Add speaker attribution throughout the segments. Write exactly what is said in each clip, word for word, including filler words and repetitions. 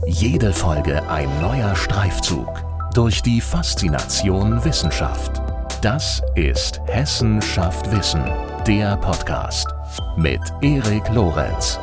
Speaker 1: Jede Folge ein neuer Streifzug durch die Faszination Wissenschaft. Das ist Hessen schafft Wissen, der Podcast mit Erik Lorenz.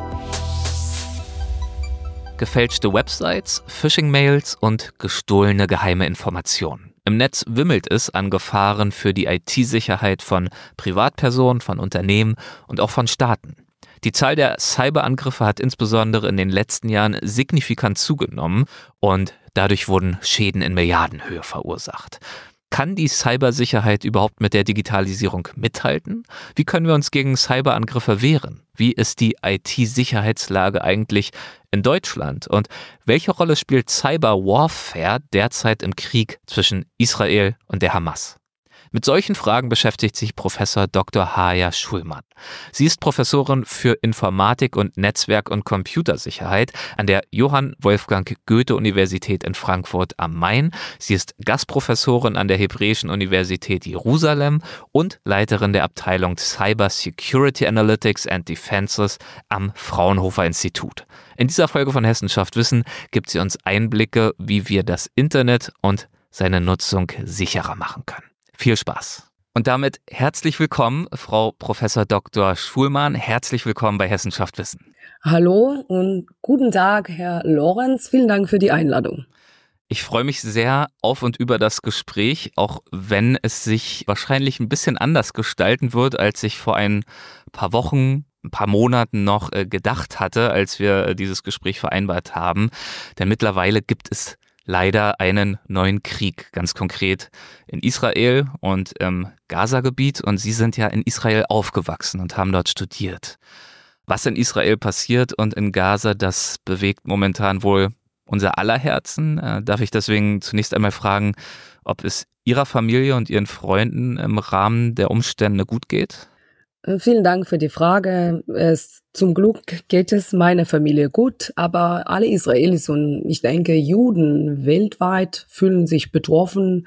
Speaker 2: Gefälschte Websites, Phishing-Mails und gestohlene geheime Informationen. Im Netz wimmelt es an Gefahren für die I T-Sicherheit von Privatpersonen, von Unternehmen und auch von Staaten. Die Zahl der Cyberangriffe hat insbesondere in den letzten Jahren signifikant zugenommen und dadurch wurden Schäden in Milliardenhöhe verursacht. Kann die Cybersicherheit überhaupt mit der Digitalisierung mithalten? Wie können wir uns gegen Cyberangriffe wehren? Wie ist die I T-Sicherheitslage eigentlich in Deutschland? Und welche Rolle spielt Cyberwarfare derzeit im Krieg zwischen Israel und der Hamas? Mit solchen Fragen beschäftigt sich Professor Doktor Haja Schulman. Sie ist Professorin für Informatik und Netzwerk- und Computersicherheit an der Johann Wolfgang Goethe-Universität in Frankfurt am Main. Sie ist Gastprofessorin an der Hebräischen Universität Jerusalem und Leiterin der Abteilung Cyber Security Analytics and Defenses am Fraunhofer Institut. In dieser Folge von Hessen schafft Wissen gibt sie uns Einblicke, wie wir das Internet und seine Nutzung sicherer machen können. Viel Spaß. Und damit herzlich willkommen, Frau Professor Doktor Schulman. Herzlich willkommen bei Hessen schafft Wissen.
Speaker 3: Hallo und guten Tag, Herr Lorenz. Vielen Dank für die Einladung.
Speaker 2: Ich freue mich sehr auf und über das Gespräch, auch wenn es sich wahrscheinlich ein bisschen anders gestalten wird, als ich vor ein paar Wochen, ein paar Monaten noch gedacht hatte, als wir dieses Gespräch vereinbart haben. Denn mittlerweile gibt es leider einen neuen Krieg, ganz konkret in Israel und im Gaza-Gebiet. Und Sie sind ja in Israel aufgewachsen und haben dort studiert. Was in Israel passiert und in Gaza, das bewegt momentan wohl unser aller Herzen. Äh, darf ich deswegen zunächst einmal fragen, ob es Ihrer Familie und Ihren Freunden im Rahmen der Umstände gut geht?
Speaker 3: Vielen Dank für die Frage. Es, zum Glück geht es meiner Familie gut, aber alle Israelis und ich denke Juden weltweit fühlen sich betroffen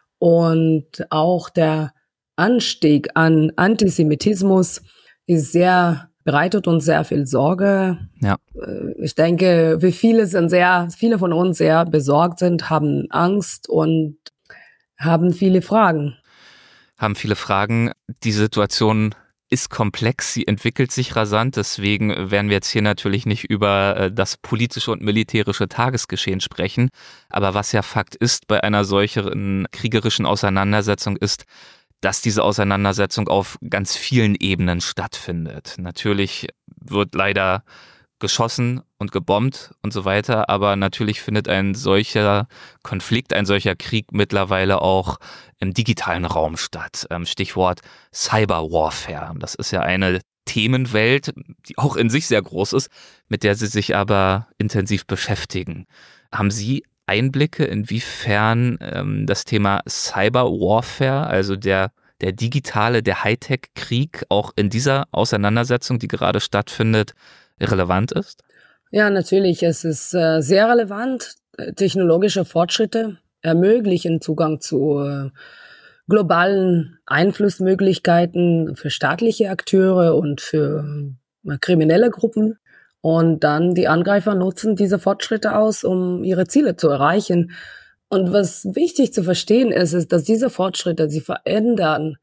Speaker 3: und auch der Anstieg an Antisemitismus ist sehr, bereitet uns sehr viel Sorge.
Speaker 2: Ja.
Speaker 3: Ich denke, wie viele sind sehr, viele von uns sehr besorgt sind, haben Angst und haben viele Fragen.
Speaker 2: Haben viele Fragen. Die Situation ist komplex, sie entwickelt sich rasant, deswegen werden wir jetzt hier natürlich nicht über das politische und militärische Tagesgeschehen sprechen. Aber was ja Fakt ist bei einer solchen kriegerischen Auseinandersetzung ist, dass diese Auseinandersetzung auf ganz vielen Ebenen stattfindet. Natürlich wird leider geschossen und gebombt und so weiter, aber natürlich findet ein solcher Konflikt, ein solcher Krieg mittlerweile auch im digitalen Raum statt. Stichwort Cyberwarfare. Das ist ja eine Themenwelt, die auch in sich sehr groß ist, mit der Sie sich aber intensiv beschäftigen. Haben Sie Einblicke, inwiefern ähm, das Thema Cyberwarfare, also der der digitale, der Hightech-Krieg auch in dieser Auseinandersetzung, die gerade stattfindet, relevant ist?
Speaker 3: Ja, natürlich. Es ist äh, sehr relevant. Technologische Fortschritte ermöglichen Zugang zu äh, globalen Einflussmöglichkeiten für staatliche Akteure und für äh, kriminelle Gruppen. Und dann die Angreifer nutzen diese Fortschritte aus, um ihre Ziele zu erreichen. Und was wichtig zu verstehen ist, ist, dass diese Fortschritte, sie verändern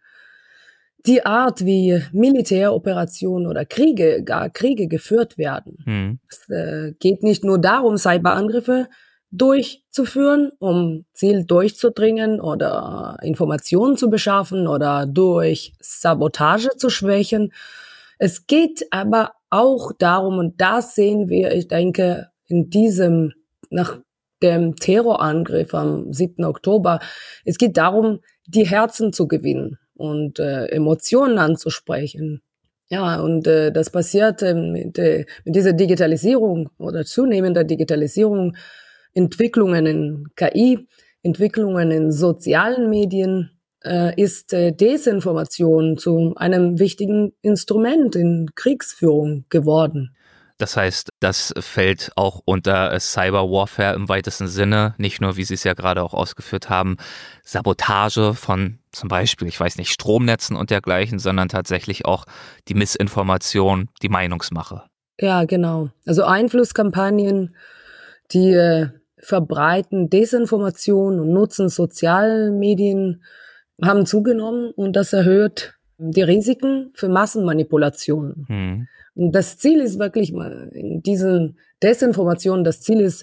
Speaker 3: die Art, wie Militäroperationen oder Kriege, gar Kriege geführt werden. Hm. Es äh, geht nicht nur darum, Cyberangriffe durchzuführen, um Ziel durchzudringen oder Informationen zu beschaffen oder durch Sabotage zu schwächen. Es geht aber auch darum, und das sehen wir, ich denke, in diesem, nach dem Terrorangriff am siebten Oktober, es geht darum, die Herzen zu gewinnen und äh, Emotionen anzusprechen. Ja, und äh, das passiert äh, mit, äh, mit dieser Digitalisierung oder zunehmender Digitalisierung, Entwicklungen in K I, Entwicklungen in sozialen Medien, äh, ist äh, Desinformation zu einem wichtigen Instrument in Kriegsführung geworden.
Speaker 2: Das heißt, das fällt auch unter Cyberwarfare im weitesten Sinne, nicht nur, wie Sie es ja gerade auch ausgeführt haben, Sabotage von zum Beispiel, ich weiß nicht, Stromnetzen und dergleichen, sondern tatsächlich auch die Missinformation, die Meinungsmache.
Speaker 3: Ja, genau. Also Einflusskampagnen, die äh, verbreiten Desinformation und nutzen Sozialmedien, haben zugenommen und das erhöht die Risiken für Massenmanipulationen. Hm. Und das Ziel ist wirklich in diesen Desinformationen, das Ziel ist,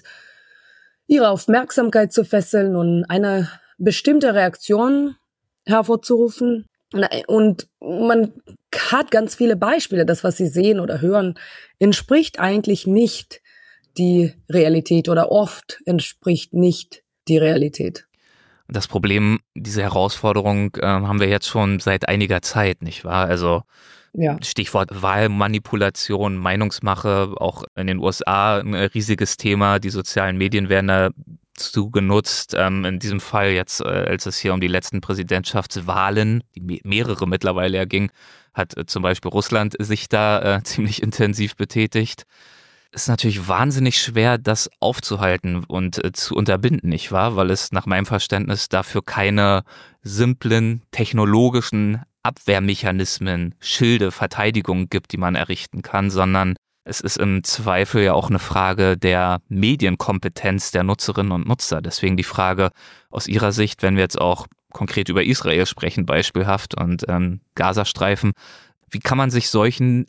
Speaker 3: ihre Aufmerksamkeit zu fesseln und eine bestimmte Reaktion hervorzurufen. Und man hat ganz viele Beispiele. Das, was Sie sehen oder hören, entspricht eigentlich nicht die Realität oder oft entspricht nicht die Realität.
Speaker 2: Das Problem, diese Herausforderung äh, haben wir jetzt schon seit einiger Zeit, nicht wahr? Also ja. Stichwort Wahlmanipulation, Meinungsmache, auch in den U S A ein riesiges Thema. Die sozialen Medien werden dazu genutzt. Ähm, in diesem Fall jetzt, äh, als es hier um die letzten Präsidentschaftswahlen, die me- mehrere mittlerweile ja ging, hat äh, zum Beispiel Russland sich da äh, ziemlich intensiv betätigt. Es ist natürlich wahnsinnig schwer, das aufzuhalten und äh, zu unterbinden, nicht wahr? Weil es nach meinem Verständnis dafür keine simplen technologischen Abwehrmechanismen, Schilde, Verteidigung gibt, die man errichten kann, sondern es ist im Zweifel ja auch eine Frage der Medienkompetenz der Nutzerinnen und Nutzer. Deswegen die Frage aus Ihrer Sicht, wenn wir jetzt auch konkret über Israel sprechen, beispielhaft und ähm, Gazastreifen, wie kann man sich solchen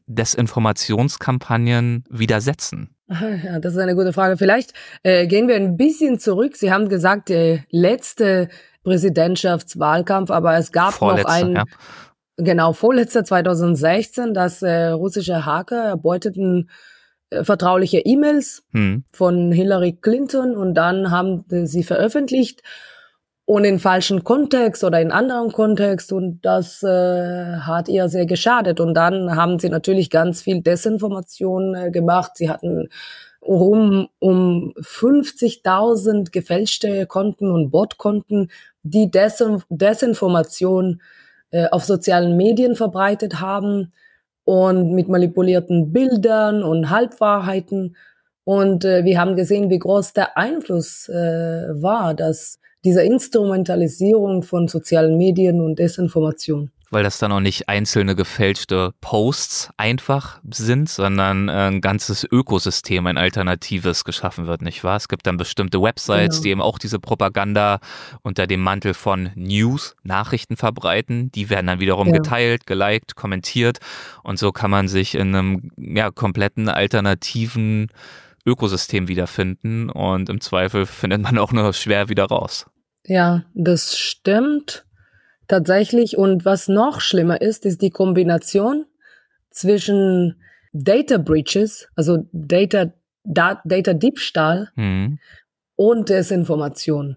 Speaker 2: Desinformationskampagnen widersetzen?
Speaker 3: Ja, das ist eine gute Frage. Vielleicht äh, gehen wir ein bisschen zurück. Sie haben gesagt, der letzte Präsidentschaftswahlkampf, aber es gab Vorletzter, noch einen, ja. genau, vorletzter zwanzig sechzehn, dass äh, russische Hacker erbeuteten äh, vertrauliche E-Mails hm. von Hillary Clinton und dann haben äh, sie veröffentlicht und in falschen Kontext oder in anderem Kontext und das äh, hat ihr sehr geschadet. Und dann haben sie natürlich ganz viel Desinformation äh, gemacht. Sie hatten um, um fünfzigtausend gefälschte Konten und Botkonten, die Desin- Desinformation äh, auf sozialen Medien verbreitet haben und mit manipulierten Bildern und Halbwahrheiten. Und äh, wir haben gesehen, wie groß der Einfluss äh, war, dass diese Instrumentalisierung von sozialen Medien und Desinformation.
Speaker 2: Weil das dann auch nicht einzelne gefälschte Posts einfach sind, sondern ein ganzes Ökosystem, ein alternatives geschaffen wird, nicht wahr? Es gibt dann bestimmte Websites, genau. die eben auch diese Propaganda unter dem Mantel von News, Nachrichten verbreiten. Die werden dann wiederum ja. geteilt, geliked, kommentiert und so kann man sich in einem ja, kompletten alternativen Ökosystem wiederfinden und im Zweifel findet man auch nur schwer wieder raus.
Speaker 3: Ja, das stimmt tatsächlich. Und was noch schlimmer ist, ist die Kombination zwischen Data Breaches, also Data, da, Data Diebstahl mhm. und Desinformation.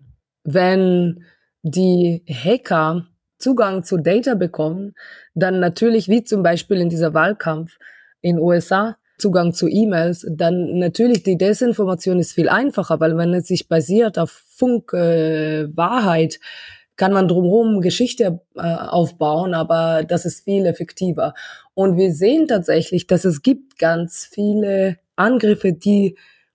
Speaker 3: Wenn die Hacker Zugang zu Data bekommen, dann natürlich, wie zum Beispiel in dieser Wahlkampf in den U S A, Zugang zu E-Mails, dann natürlich die Desinformation ist viel einfacher, weil wenn es sich basiert auf Funk, äh, Wahrheit, kann man drumherum Geschichte äh, aufbauen, aber das ist viel effektiver. Und wir sehen tatsächlich, dass es gibt ganz viele Angriffe, die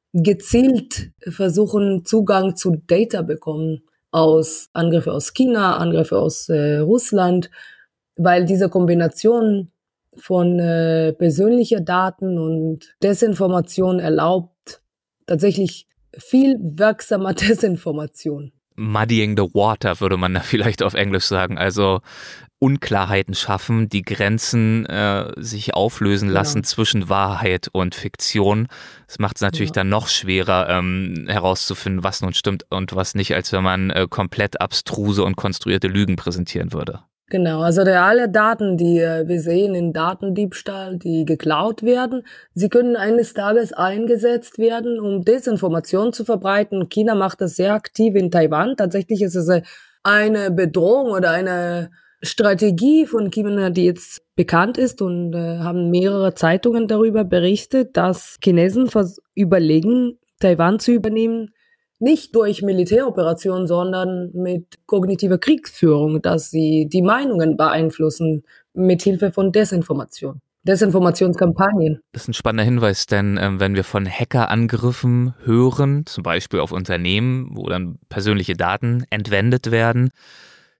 Speaker 3: gezielt versuchen, Zugang zu Data bekommen, aus Angriffe aus China, Angriffe aus äh, Russland, weil diese Kombination von äh, persönlicher Daten und Desinformation erlaubt tatsächlich viel wirksamer Desinformation.
Speaker 2: Muddying the water, würde man da vielleicht auf Englisch sagen, also Unklarheiten schaffen, die Grenzen äh, sich auflösen lassen genau. zwischen Wahrheit und Fiktion. Das macht es natürlich ja. dann noch schwerer ähm, herauszufinden, was nun stimmt und was nicht, als wenn man äh, komplett abstruse und konstruierte Lügen präsentieren würde.
Speaker 3: Genau, also der, alle Daten, die wir sehen in Datendiebstahl, die geklaut werden, sie können eines Tages eingesetzt werden, um Desinformation zu verbreiten. China macht das sehr aktiv in Taiwan. Tatsächlich ist es eine Bedrohung oder eine Strategie von China, die jetzt bekannt ist und äh, haben mehrere Zeitungen darüber berichtet, dass Chinesen vers- überlegen, Taiwan zu übernehmen. Nicht durch Militäroperationen, sondern mit kognitiver Kriegsführung, dass sie die Meinungen beeinflussen mit Hilfe von Desinformation, Desinformationskampagnen.
Speaker 2: Das ist ein spannender Hinweis, denn ähm, wenn wir von Hackerangriffen hören, zum Beispiel auf Unternehmen, wo dann persönliche Daten entwendet werden,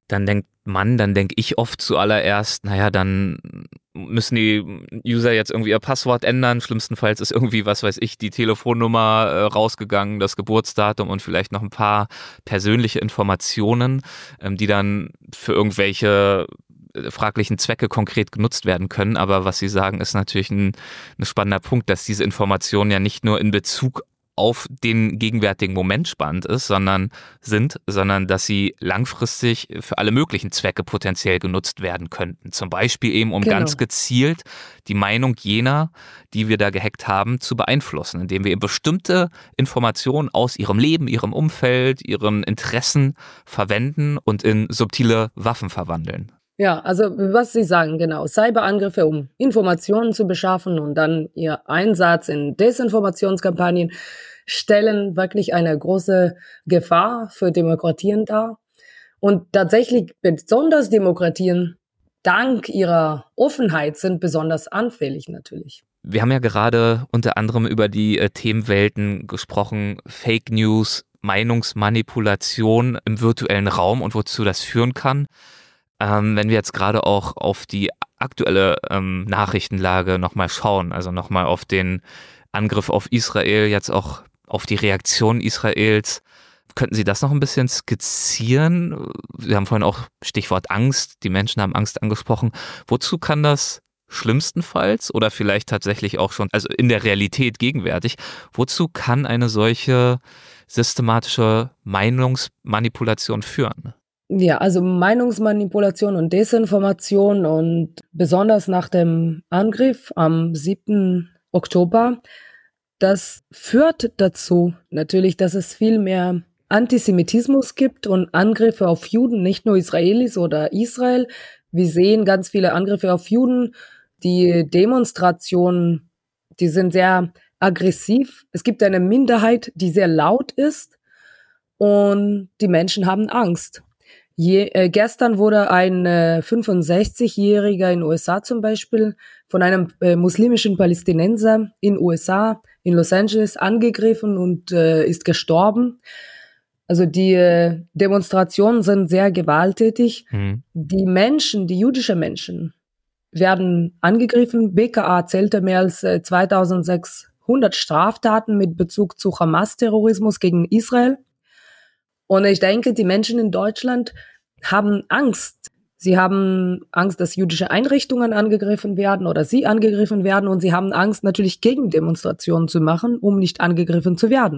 Speaker 2: dann denkt man, dann denke ich oft zuallererst, naja, dann müssen die User jetzt irgendwie ihr Passwort ändern. Schlimmstenfalls ist irgendwie, was weiß ich, die Telefonnummer äh, rausgegangen, das Geburtsdatum und vielleicht noch ein paar persönliche Informationen, ähm, die dann für irgendwelche fraglichen Zwecke konkret genutzt werden können. Aber was Sie sagen, ist natürlich ein, ein spannender Punkt, dass diese Informationen ja nicht nur in Bezug auf den gegenwärtigen Moment spannend ist, sondern sind, sondern dass sie langfristig für alle möglichen Zwecke potenziell genutzt werden könnten. Zum Beispiel eben, um
Speaker 3: Genau.
Speaker 2: ganz gezielt die Meinung jener, die wir da gehackt haben, zu beeinflussen, indem wir eben bestimmte Informationen aus ihrem Leben, ihrem Umfeld, ihren Interessen verwenden und in subtile Waffen verwandeln.
Speaker 3: Ja, also was Sie sagen, genau, Cyberangriffe, um Informationen zu beschaffen und dann ihr Einsatz in Desinformationskampagnen stellen wirklich eine große Gefahr für Demokratien dar. Und tatsächlich besonders Demokratien dank ihrer Offenheit sind besonders anfällig natürlich.
Speaker 2: Wir haben ja gerade unter anderem über die äh, Themenwelten gesprochen, Fake News, Meinungsmanipulation im virtuellen Raum und wozu das führen kann. Ähm, wenn wir jetzt gerade auch auf die aktuelle ähm, Nachrichtenlage nochmal schauen, also nochmal auf den Angriff auf Israel, jetzt auch auf die Reaktion Israels, könnten Sie das noch ein bisschen skizzieren? Sie haben vorhin auch Stichwort Angst, die Menschen haben Angst angesprochen. Wozu kann das schlimmstenfalls oder vielleicht tatsächlich auch schon, also in der Realität gegenwärtig, wozu kann eine solche systematische Meinungsmanipulation führen?
Speaker 3: Ja, also Meinungsmanipulation und Desinformation und besonders nach dem Angriff am siebten Oktober, das führt dazu natürlich, dass es viel mehr Antisemitismus gibt und Angriffe auf Juden, nicht nur Israelis oder Israel. Wir sehen ganz viele Angriffe auf Juden. Die Demonstrationen, die sind sehr aggressiv. Es gibt eine Minderheit, die sehr laut ist und die Menschen haben Angst. Je, äh, gestern wurde ein äh, fünfundsechzigjähriger in den U S A zum Beispiel von einem äh, muslimischen Palästinenser in den U S A, in Los Angeles, angegriffen und äh, ist gestorben. Also die äh, Demonstrationen sind sehr gewalttätig. Mhm. Die Menschen, die jüdischen Menschen, werden angegriffen. B K A zählte mehr als äh, zweitausendsechshundert Straftaten mit Bezug zu Hamas-Terrorismus gegen Israel. Und ich denke, die Menschen in Deutschland haben Angst. Sie haben Angst, dass jüdische Einrichtungen angegriffen werden oder sie angegriffen werden. Und sie haben Angst, natürlich Gegendemonstrationen zu machen, um nicht angegriffen zu werden.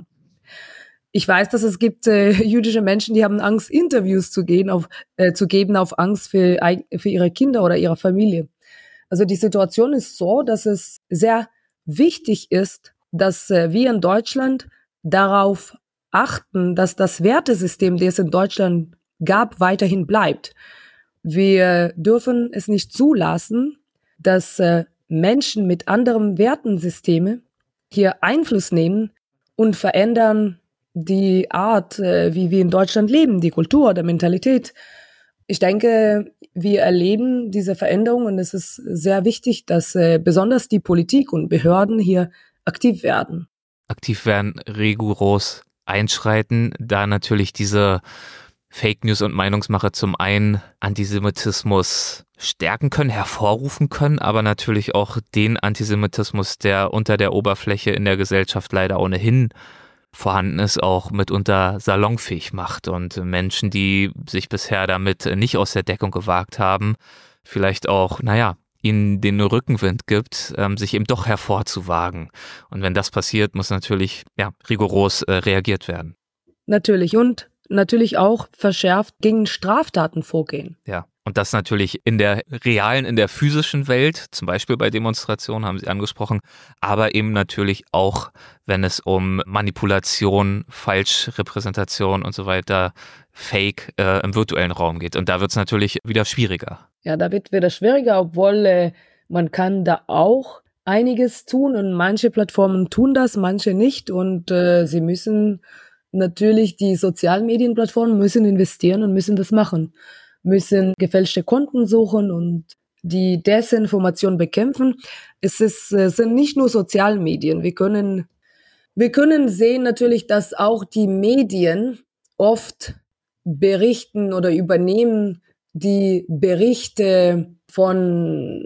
Speaker 3: Ich weiß, dass es gibt äh, jüdische Menschen, die haben Angst, Interviews zu gehen, auf, äh, zu geben, auf Angst für, für ihre Kinder oder ihre Familie. Also die Situation ist so, dass es sehr wichtig ist, dass äh, wir in Deutschland darauf achten, dass das Wertesystem, das es in Deutschland gab, weiterhin bleibt. Wir dürfen es nicht zulassen, dass äh, Menschen mit anderen Wertensysteme hier Einfluss nehmen und verändern die Art, äh, wie wir in Deutschland leben, die Kultur, die Mentalität. Ich denke, wir erleben diese Veränderung und es ist sehr wichtig, dass äh, besonders die Politik und Behörden hier aktiv werden.
Speaker 2: Aktiv werden, rigoros einschreiten, da natürlich diese Fake News und Meinungsmache zum einen Antisemitismus stärken können, hervorrufen können, aber natürlich auch den Antisemitismus, der unter der Oberfläche in der Gesellschaft leider ohnehin vorhanden ist, auch mitunter salonfähig macht und Menschen, die sich bisher damit nicht aus der Deckung gewagt haben, vielleicht auch, naja, ihnen den Rückenwind gibt, ähm, sich eben doch hervorzuwagen. Und wenn das passiert, muss natürlich ja, rigoros äh, reagiert werden.
Speaker 3: Natürlich und natürlich auch verschärft gegen Straftaten vorgehen.
Speaker 2: Ja, und das natürlich in der realen, in der physischen Welt, zum Beispiel bei Demonstrationen, haben Sie angesprochen, aber eben natürlich auch, wenn es um Manipulation, Falschrepräsentation und so weiter, Fake äh, im virtuellen Raum geht. Und da wird es natürlich wieder schwieriger.
Speaker 3: Ja, da wird wieder schwieriger, obwohl äh, man kann da auch einiges tun und manche Plattformen tun das, manche nicht und äh, sie müssen natürlich, die sozialen Medienplattformen müssen investieren und müssen das machen, müssen gefälschte Konten suchen und die Desinformation bekämpfen. Es ist, es sind nicht nur Sozialmedien. Wir können, wir können sehen natürlich, dass auch die Medien oft berichten oder übernehmen die Berichte von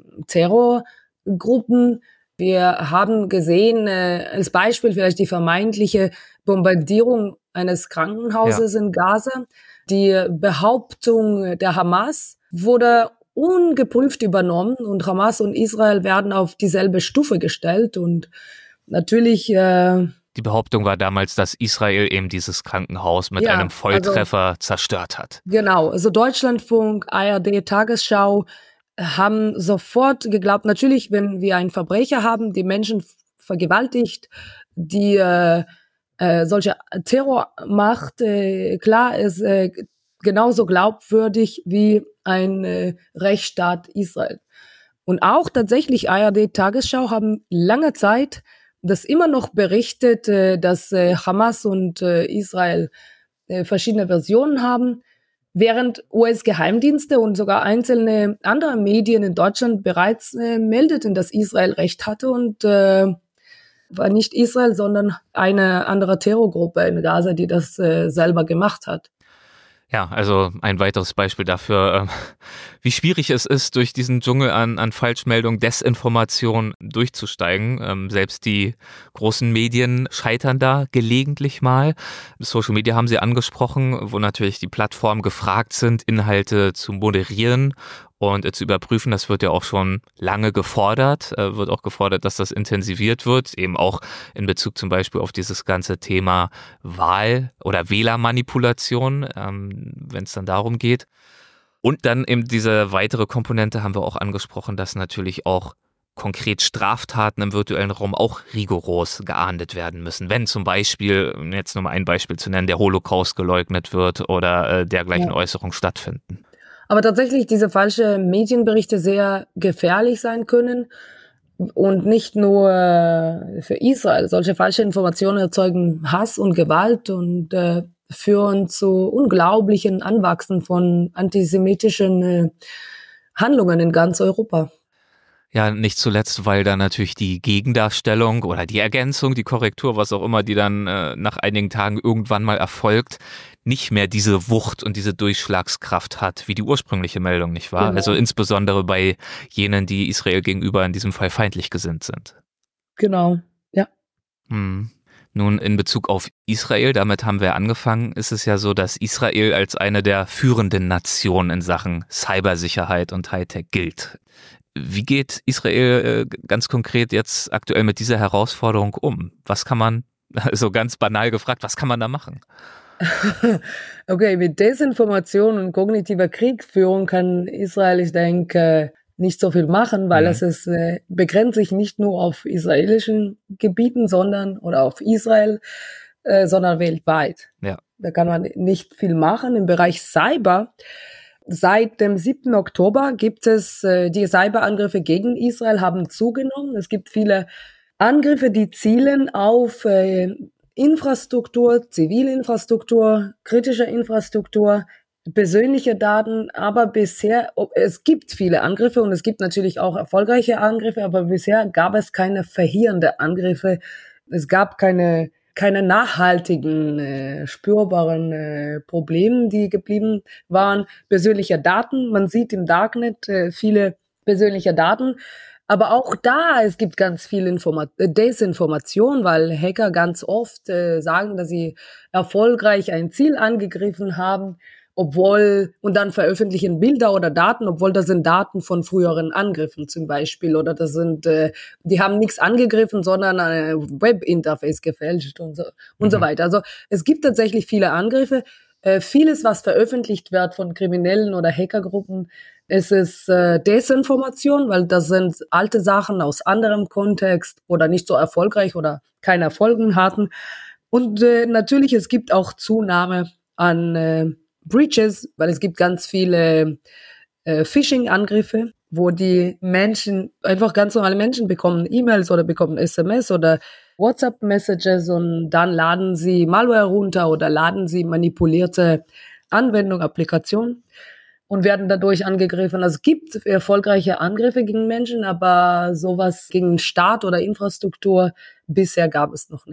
Speaker 3: Terrorgruppen. Wir haben gesehen, äh, als Beispiel vielleicht die vermeintliche Bombardierung eines Krankenhauses ja. in Gaza. Die Behauptung der Hamas wurde ungeprüft übernommen und Hamas und Israel werden auf dieselbe Stufe gestellt und natürlich äh,
Speaker 2: Die Behauptung war damals, dass Israel eben dieses Krankenhaus mit ja, einem Volltreffer also, zerstört hat.
Speaker 3: Genau, also Deutschlandfunk, A R D, Tagesschau haben sofort geglaubt, natürlich, wenn wir einen Verbrecher haben, die Menschen vergewaltigt, die äh, äh, solche Terror macht, äh, klar, ist äh, genauso glaubwürdig wie ein äh, Rechtsstaat Israel. Und auch tatsächlich A R D, Tagesschau haben lange Zeit das immer noch berichtet, äh, dass äh, Hamas und äh, Israel äh, verschiedene Versionen haben, während U S-Geheimdienste und sogar einzelne andere Medien in Deutschland bereits äh, meldeten, dass Israel Recht hatte und äh, war nicht Israel, sondern eine andere Terrorgruppe in Gaza, die das äh, selber gemacht hat.
Speaker 2: Ja, also ein weiteres Beispiel dafür, wie schwierig es ist, durch diesen Dschungel an, an Falschmeldungen, Desinformation durchzusteigen. Selbst die großen Medien scheitern da gelegentlich mal. Social Media haben Sie angesprochen, wo natürlich die Plattformen gefragt sind, Inhalte zu moderieren und zu überprüfen. Das wird ja auch schon lange gefordert, äh, wird auch gefordert, dass das intensiviert wird, eben auch in Bezug zum Beispiel auf dieses ganze Thema Wahl- oder Wählermanipulation, ähm, wenn es dann darum geht. Und dann eben diese weitere Komponente haben wir auch angesprochen, dass natürlich auch konkret Straftaten im virtuellen Raum auch rigoros geahndet werden müssen. Wenn zum Beispiel, jetzt nur mal ein Beispiel zu nennen, der Holocaust geleugnet wird oder äh, dergleichen ja. Äußerungen stattfinden.
Speaker 3: Aber tatsächlich diese falsche Medienberichte sehr gefährlich sein können und nicht nur für Israel. Solche falsche Informationen erzeugen Hass und Gewalt und äh, führen zu unglaublichen Anwachsen von antisemitischen äh, Handlungen in ganz Europa.
Speaker 2: Ja, nicht zuletzt, weil da natürlich die Gegendarstellung oder die Ergänzung, die Korrektur, was auch immer, die dann äh, nach einigen Tagen irgendwann mal erfolgt, nicht mehr diese Wucht und diese Durchschlagskraft hat, wie die ursprüngliche Meldung, nicht wahr? Genau. Also insbesondere bei jenen, die Israel gegenüber in diesem Fall feindlich gesinnt sind.
Speaker 3: Genau, ja.
Speaker 2: Hm. Nun, in Bezug auf Israel, damit haben wir angefangen, ist es ja so, dass Israel als eine der führenden Nationen in Sachen Cybersicherheit und Hightech gilt. Wie geht Israel äh, ganz konkret jetzt aktuell mit dieser Herausforderung um? Was kann man, so ganz banal gefragt, was kann man da machen?
Speaker 3: Okay, mit Desinformation und kognitiver Kriegführung kann Israel, ich denke, nicht so viel machen, weil mhm. es ist, äh, begrenzt sich nicht nur auf israelischen Gebieten, sondern oder auf Israel, äh, sondern weltweit.
Speaker 2: Ja.
Speaker 3: Da kann man nicht viel machen. Im Bereich Cyber, seit dem siebten Oktober gibt es, äh, die Cyberangriffe gegen Israel haben zugenommen. Es gibt viele Angriffe, die zielen auf äh, Infrastruktur, Zivilinfrastruktur, kritische Infrastruktur, persönliche Daten, aber bisher, es gibt viele Angriffe und es gibt natürlich auch erfolgreiche Angriffe, aber bisher gab es keine verheerende Angriffe. Es gab keine, keine nachhaltigen, äh, spürbaren äh, Probleme, die geblieben waren. Persönliche Daten, man sieht im Darknet äh, viele persönliche Daten. Aber auch da, es gibt ganz viel Informa- Desinformation, weil Hacker ganz oft äh, sagen, dass sie erfolgreich ein Ziel angegriffen haben, obwohl, und dann veröffentlichen Bilder oder Daten, obwohl das sind Daten von früheren Angriffen zum Beispiel, oder das sind, äh, die haben nichts angegriffen, sondern ein Webinterface gefälscht und so, und mhm. so weiter. Also es gibt tatsächlich viele Angriffe. Äh, vieles, was veröffentlicht wird von Kriminellen oder Hackergruppen, es ist äh, Desinformation, weil das sind alte Sachen aus anderem Kontext oder nicht so erfolgreich oder keine Erfolgen hatten. Und äh, natürlich, es gibt auch Zunahme an äh, Breaches, weil es gibt ganz viele äh, Phishing-Angriffe, wo die Menschen, einfach ganz normale Menschen bekommen E-Mails oder bekommen S M S oder WhatsApp-Messages und dann laden sie Malware runter oder laden sie manipulierte Anwendungen, Applikationen und werden dadurch angegriffen. Also es gibt erfolgreiche Angriffe gegen Menschen, aber sowas gegen Staat oder Infrastruktur bisher gab es noch nicht.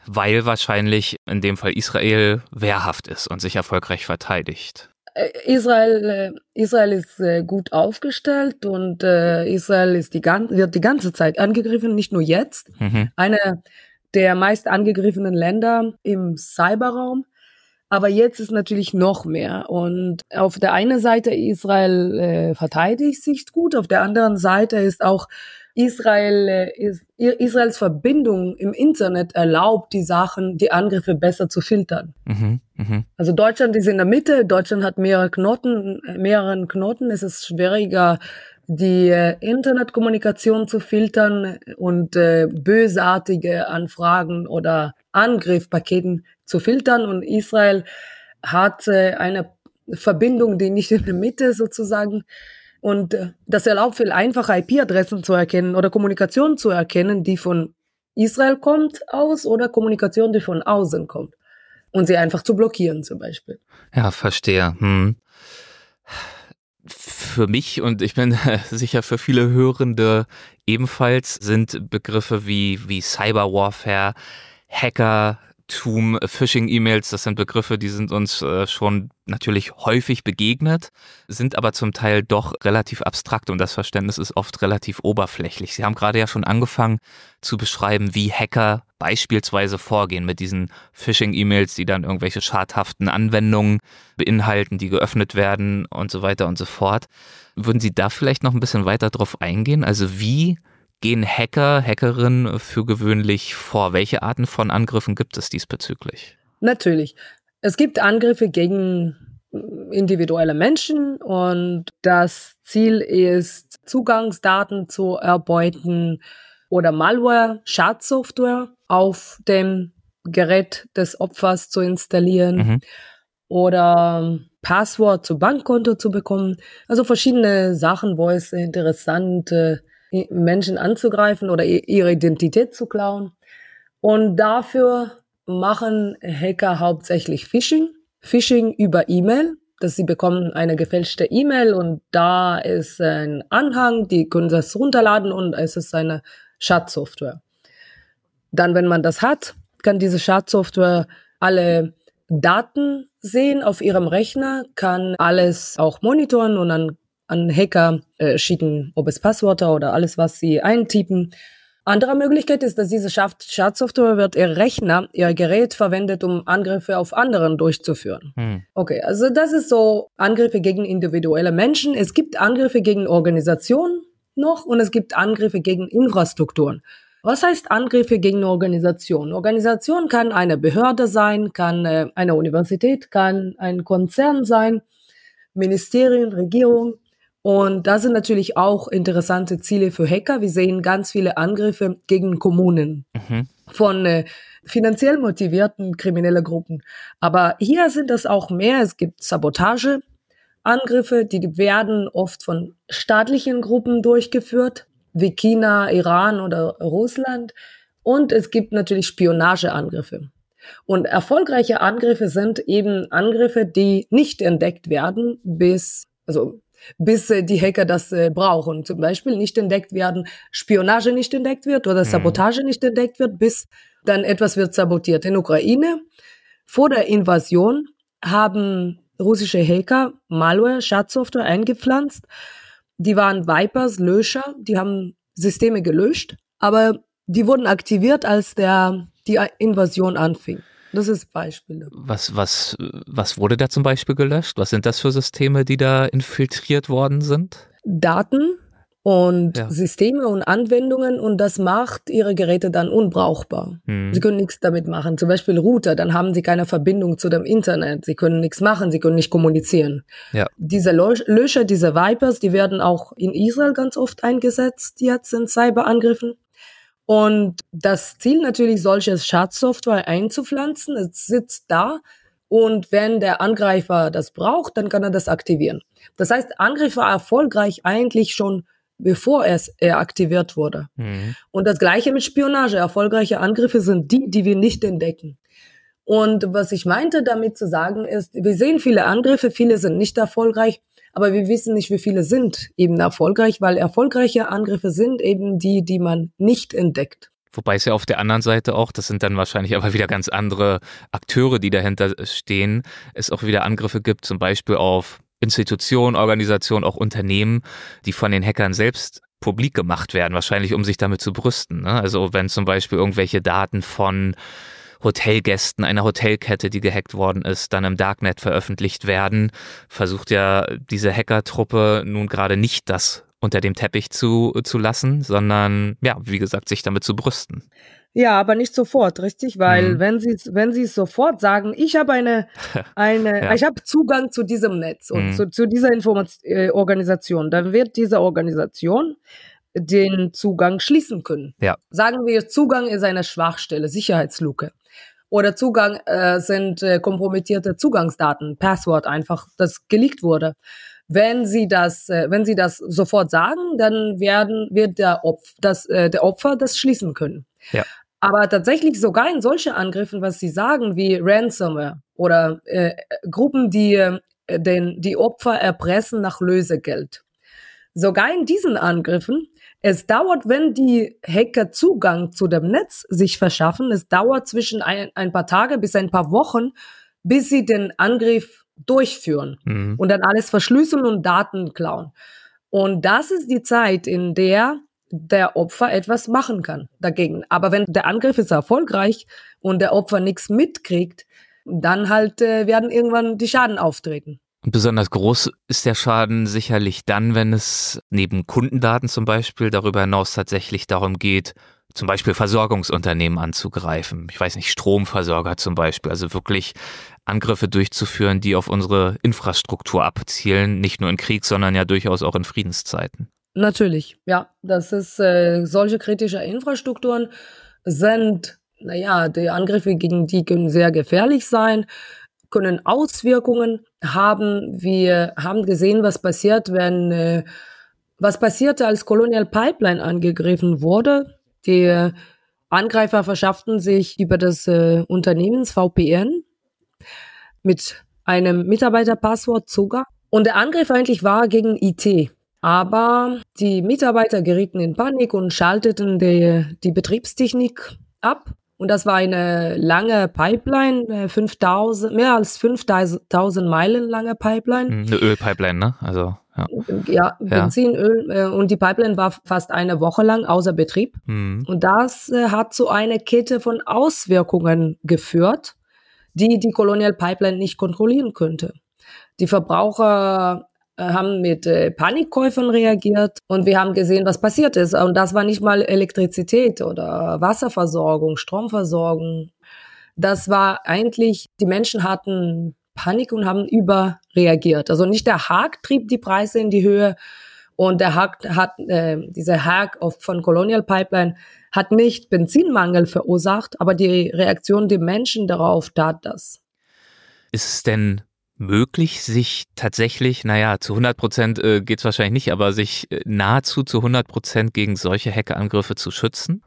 Speaker 2: Weil wahrscheinlich in dem Fall Israel wehrhaft ist und sich erfolgreich verteidigt.
Speaker 3: Israel, Israel ist gut aufgestellt und Israel ist die, wird die ganze Zeit angegriffen, nicht nur jetzt. Mhm. Eine der meist angegriffenen Länder im Cyberraum. Aber jetzt ist natürlich noch mehr. Und auf der einen Seite Israel äh, verteidigt sich gut, auf der anderen Seite ist auch Israel, äh, ist, Israels Verbindung im Internet erlaubt, die Sachen, die Angriffe besser zu filtern. Mhm, mh. Also Deutschland ist in der Mitte, Deutschland hat mehrere Knoten, mehreren Knoten, es ist schwieriger, die äh, Internetkommunikation zu filtern und äh, bösartige Anfragen oder Angriffpaketen zu filtern. Und Israel hat äh, eine Verbindung, die nicht in der Mitte ist sozusagen. Und äh, das erlaubt viel einfacher, I P-Adressen zu erkennen oder Kommunikation zu erkennen, die von Israel kommt aus oder Kommunikation, die von außen kommt. Und sie einfach zu blockieren zum Beispiel.
Speaker 2: Ja, verstehe. Hm. Für mich und ich bin sicher für viele Hörende ebenfalls sind Begriffe wie, wie Cyberwarfare, Hackertum, Phishing-E-Mails, das sind Begriffe, die sind uns äh, schon natürlich häufig begegnet, sind aber zum Teil doch relativ abstrakt und das Verständnis ist oft relativ oberflächlich. Sie haben gerade ja schon angefangen zu beschreiben, wie Hacker beispielsweise vorgehen mit diesen Phishing-E-Mails, die dann irgendwelche schadhaften Anwendungen beinhalten, die geöffnet werden und so weiter und so fort. Würden Sie da vielleicht noch ein bisschen weiter drauf eingehen? Also wie gehen Hacker, Hackerinnen für gewöhnlich vor? Welche Arten von Angriffen gibt es diesbezüglich?
Speaker 3: Natürlich. Es gibt Angriffe gegen individuelle Menschen und das Ziel ist, Zugangsdaten zu erbeuten oder Malware, Schadsoftware auf dem Gerät des Opfers zu installieren mhm. oder Passwort zu Bankkonto zu bekommen. Also verschiedene Sachen, wo es interessant ist, Menschen anzugreifen oder ihre Identität zu klauen. Und dafür machen Hacker hauptsächlich Phishing. Phishing über E-Mail, dass sie bekommen eine gefälschte E-Mail und da ist ein Anhang, die können das runterladen und es ist eine Schadsoftware. Dann, wenn man das hat, kann diese Schadsoftware alle Daten sehen auf ihrem Rechner, kann alles auch monitoren und an, an Hacker äh, schicken, ob es Passwörter oder alles, was sie eintippen. Andere Möglichkeit ist, dass diese Schadsoftware wird ihr Rechner, ihr Gerät verwendet, um Angriffe auf anderen durchzuführen. Hm. Okay, also das ist so Angriffe gegen individuelle Menschen. Es gibt Angriffe gegen Organisationen noch und es gibt Angriffe gegen Infrastrukturen. Was heißt Angriffe gegen eine Organisation? Organisation kann eine Behörde sein, kann äh, eine Universität, kann ein Konzern sein, Ministerien, Regierung. Und da sind natürlich auch interessante Ziele für Hacker. Wir sehen ganz viele Angriffe gegen Kommunen mhm. von äh, finanziell motivierten kriminellen Gruppen. Aber hier sind es auch mehr. Es gibt Sabotageangriffe, die werden oft von staatlichen Gruppen durchgeführt, wie China, Iran oder Russland. Und es gibt natürlich Spionageangriffe. Und erfolgreiche Angriffe sind eben Angriffe, die nicht entdeckt werden, bis, also bis äh, die Hacker das äh, brauchen. Zum Beispiel nicht entdeckt werden, Spionage nicht entdeckt wird oder Sabotage mhm. nicht entdeckt wird, bis dann etwas wird sabotiert. In Ukraine, vor der Invasion, haben russische Hacker Malware, Schadsoftware eingepflanzt. Die waren Vipers, Löscher, die haben Systeme gelöscht, aber die wurden aktiviert, als der die Invasion anfing. Das ist Beispiele.
Speaker 2: Was, was, was wurde da zum Beispiel gelöscht? Was sind das für Systeme, die da infiltriert worden sind?
Speaker 3: Daten und ja. Systeme und Anwendungen und das macht ihre Geräte dann unbrauchbar. Hm. Sie können nichts damit machen. Zum Beispiel Router, dann haben sie keine Verbindung zu dem Internet. Sie können nichts machen, sie können nicht kommunizieren. Ja. Diese Löscher, diese Vipers, die werden auch in Israel ganz oft eingesetzt jetzt in Cyberangriffen. Und das Ziel natürlich, solche Schadsoftware einzupflanzen, es sitzt da und wenn der Angreifer das braucht, dann kann er das aktivieren. Das heißt, Angriff war erfolgreich eigentlich schon, bevor es er aktiviert wurde. Mhm. Und das Gleiche mit Spionage. Erfolgreiche Angriffe sind die, die wir nicht entdecken. Und was ich meinte damit zu sagen ist, wir sehen viele Angriffe, viele sind nicht erfolgreich, aber wir wissen nicht, wie viele sind eben erfolgreich, weil erfolgreiche Angriffe sind eben die, die man nicht entdeckt.
Speaker 2: Wobei es ja auf der anderen Seite auch, das sind dann wahrscheinlich aber wieder ganz andere Akteure, die dahinter stehen, es auch wieder Angriffe gibt, zum Beispiel auf Institutionen, Organisationen, auch Unternehmen, die von den Hackern selbst publik gemacht werden, wahrscheinlich um sich damit zu brüsten. Ne? Also wenn zum Beispiel irgendwelche Daten von Hotelgästen einer Hotelkette, die gehackt worden ist, dann im Darknet veröffentlicht werden, versucht ja diese Hackertruppe nun gerade nicht das unter dem Teppich zu, zu lassen, sondern, ja, wie gesagt, sich damit zu brüsten.
Speaker 3: Ja, aber nicht sofort, richtig? Weil mhm. wenn sie wenn sie sofort sagen, ich habe eine, eine ja. ich habe Zugang zu diesem Netz und mhm. zu, zu dieser Informat- äh, Organisation, dann wird diese Organisation den Zugang schließen können.
Speaker 2: Ja.
Speaker 3: Sagen wir, Zugang ist eine Schwachstelle, Sicherheitsluke. Oder Zugang äh, sind äh, kompromittierte Zugangsdaten, Passwort einfach, das geleakt wurde. Wenn Sie das, äh, wenn Sie das sofort sagen, dann werden wird der Opfer das, äh, der Opfer das schließen können.
Speaker 2: Ja.
Speaker 3: Aber tatsächlich sogar in solche Angriffen, was Sie sagen, wie Ransomware oder äh, Gruppen, die äh, den die Opfer erpressen nach Lösegeld. Sogar in diesen Angriffen, es dauert, wenn die Hacker Zugang zu dem Netz sich verschaffen, es dauert zwischen ein, ein paar Tage bis ein paar Wochen, bis sie den Angriff durchführen mhm. und dann alles verschlüsseln und Daten klauen. Und das ist die Zeit, in der der Opfer etwas machen kann dagegen. Aber wenn der Angriff ist erfolgreich und der Opfer nichts mitkriegt, dann halt äh, werden irgendwann die Schaden auftreten.
Speaker 2: Und besonders groß ist der Schaden sicherlich dann, wenn es neben Kundendaten zum Beispiel darüber hinaus tatsächlich darum geht, zum Beispiel Versorgungsunternehmen anzugreifen. Ich weiß nicht, Stromversorger zum Beispiel. Also wirklich Angriffe durchzuführen, die auf unsere Infrastruktur abzielen. Nicht nur in Krieg, sondern ja durchaus auch in Friedenszeiten.
Speaker 3: Natürlich, ja. Das ist, äh, solche kritische Infrastrukturen sind, naja, die Angriffe gegen die können sehr gefährlich sein, können Auswirkungen haben. Wir haben gesehen, was passiert, wenn, äh, was passierte, als Colonial Pipeline angegriffen wurde. Die Angreifer verschafften sich über das äh, Unternehmens V P N mit einem Mitarbeiterpasswort Zugang. Und der Angriff eigentlich war gegen I T. Aber die Mitarbeiter gerieten in Panik und schalteten die, die Betriebstechnik ab. Und das war eine lange Pipeline, fünftausend, mehr als fünftausend Meilen lange Pipeline.
Speaker 2: Eine Ölpipeline, ne? Also, ja.
Speaker 3: Ja, Benzin, ja. Öl. Und die Pipeline war fast eine Woche lang außer Betrieb. Mhm. Und das äh, hat zu einer Kette von Auswirkungen geführt, die die Colonial Pipeline nicht kontrollieren könnte. Die Verbraucher haben mit äh, Panikkäufen reagiert und wir haben gesehen, was passiert ist. Und das war nicht mal Elektrizität oder Wasserversorgung, Stromversorgung. Das war eigentlich, die Menschen hatten Panik und haben überreagiert. Also nicht der Hack trieb die Preise in die Höhe und der Hack hat, äh, dieser Hack von Colonial Pipeline hat nicht Benzinmangel verursacht, aber die Reaktion der Menschen darauf tat das.
Speaker 2: Ist es denn möglich, sich tatsächlich, naja, zu hundert Prozent äh, geht es wahrscheinlich nicht, aber sich äh, nahezu zu hundert Prozent gegen solche Hackerangriffe zu schützen?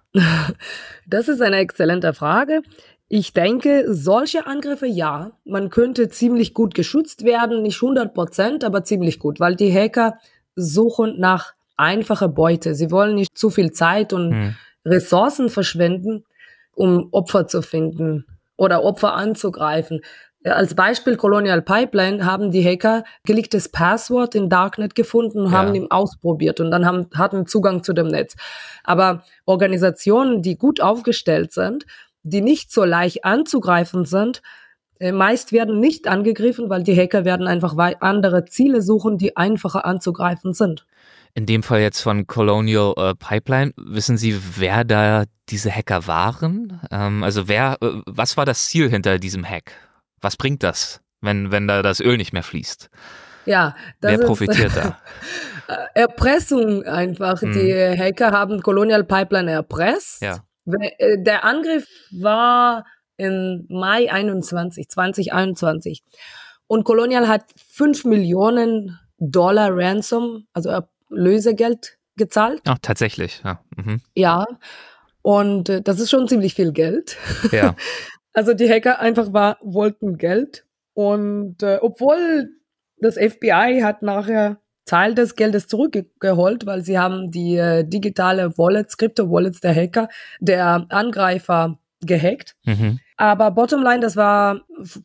Speaker 3: Das ist eine exzellente Frage. Ich denke, solche Angriffe, ja, man könnte ziemlich gut geschützt werden, nicht hundert Prozent, aber ziemlich gut, weil die Hacker suchen nach einfacher Beute. Sie wollen nicht zu viel Zeit und hm. Ressourcen verschwenden, um Opfer zu finden oder Opfer anzugreifen. Als Beispiel Colonial Pipeline haben die Hacker geleaktes Passwort in Darknet gefunden und ja. haben ihn ausprobiert und dann haben, hatten Zugang zu dem Netz. Aber Organisationen, die gut aufgestellt sind, die nicht so leicht anzugreifen sind, meist werden nicht angegriffen, weil die Hacker werden einfach andere Ziele suchen, die einfacher anzugreifen sind.
Speaker 2: In dem Fall jetzt von Colonial äh, Pipeline, wissen Sie, wer da diese Hacker waren? Ähm, also wer, äh, was war das Ziel hinter diesem Hack? Was bringt das, wenn, wenn da das Öl nicht mehr fließt?
Speaker 3: Ja, das
Speaker 2: Wer profitiert ist, da?
Speaker 3: Erpressung einfach. Hm. Die Hacker haben Colonial Pipeline erpresst.
Speaker 2: Ja.
Speaker 3: Der Angriff war im Mai einundzwanzig, zwanzig einundzwanzig. Und Colonial hat fünf Millionen Dollar Ransom, also Lösegeld gezahlt.
Speaker 2: Ach, tatsächlich, ja. Mhm.
Speaker 3: Ja, und äh, das ist schon ziemlich viel Geld.
Speaker 2: Ja.
Speaker 3: Also die Hacker einfach war, wollten Geld und äh, obwohl das F B I hat nachher Teil des Geldes zurückgeholt, weil sie haben die äh, digitale Wallets, Krypto-Wallets der Hacker, der Angreifer gehackt. Mhm. Aber bottomline, das war,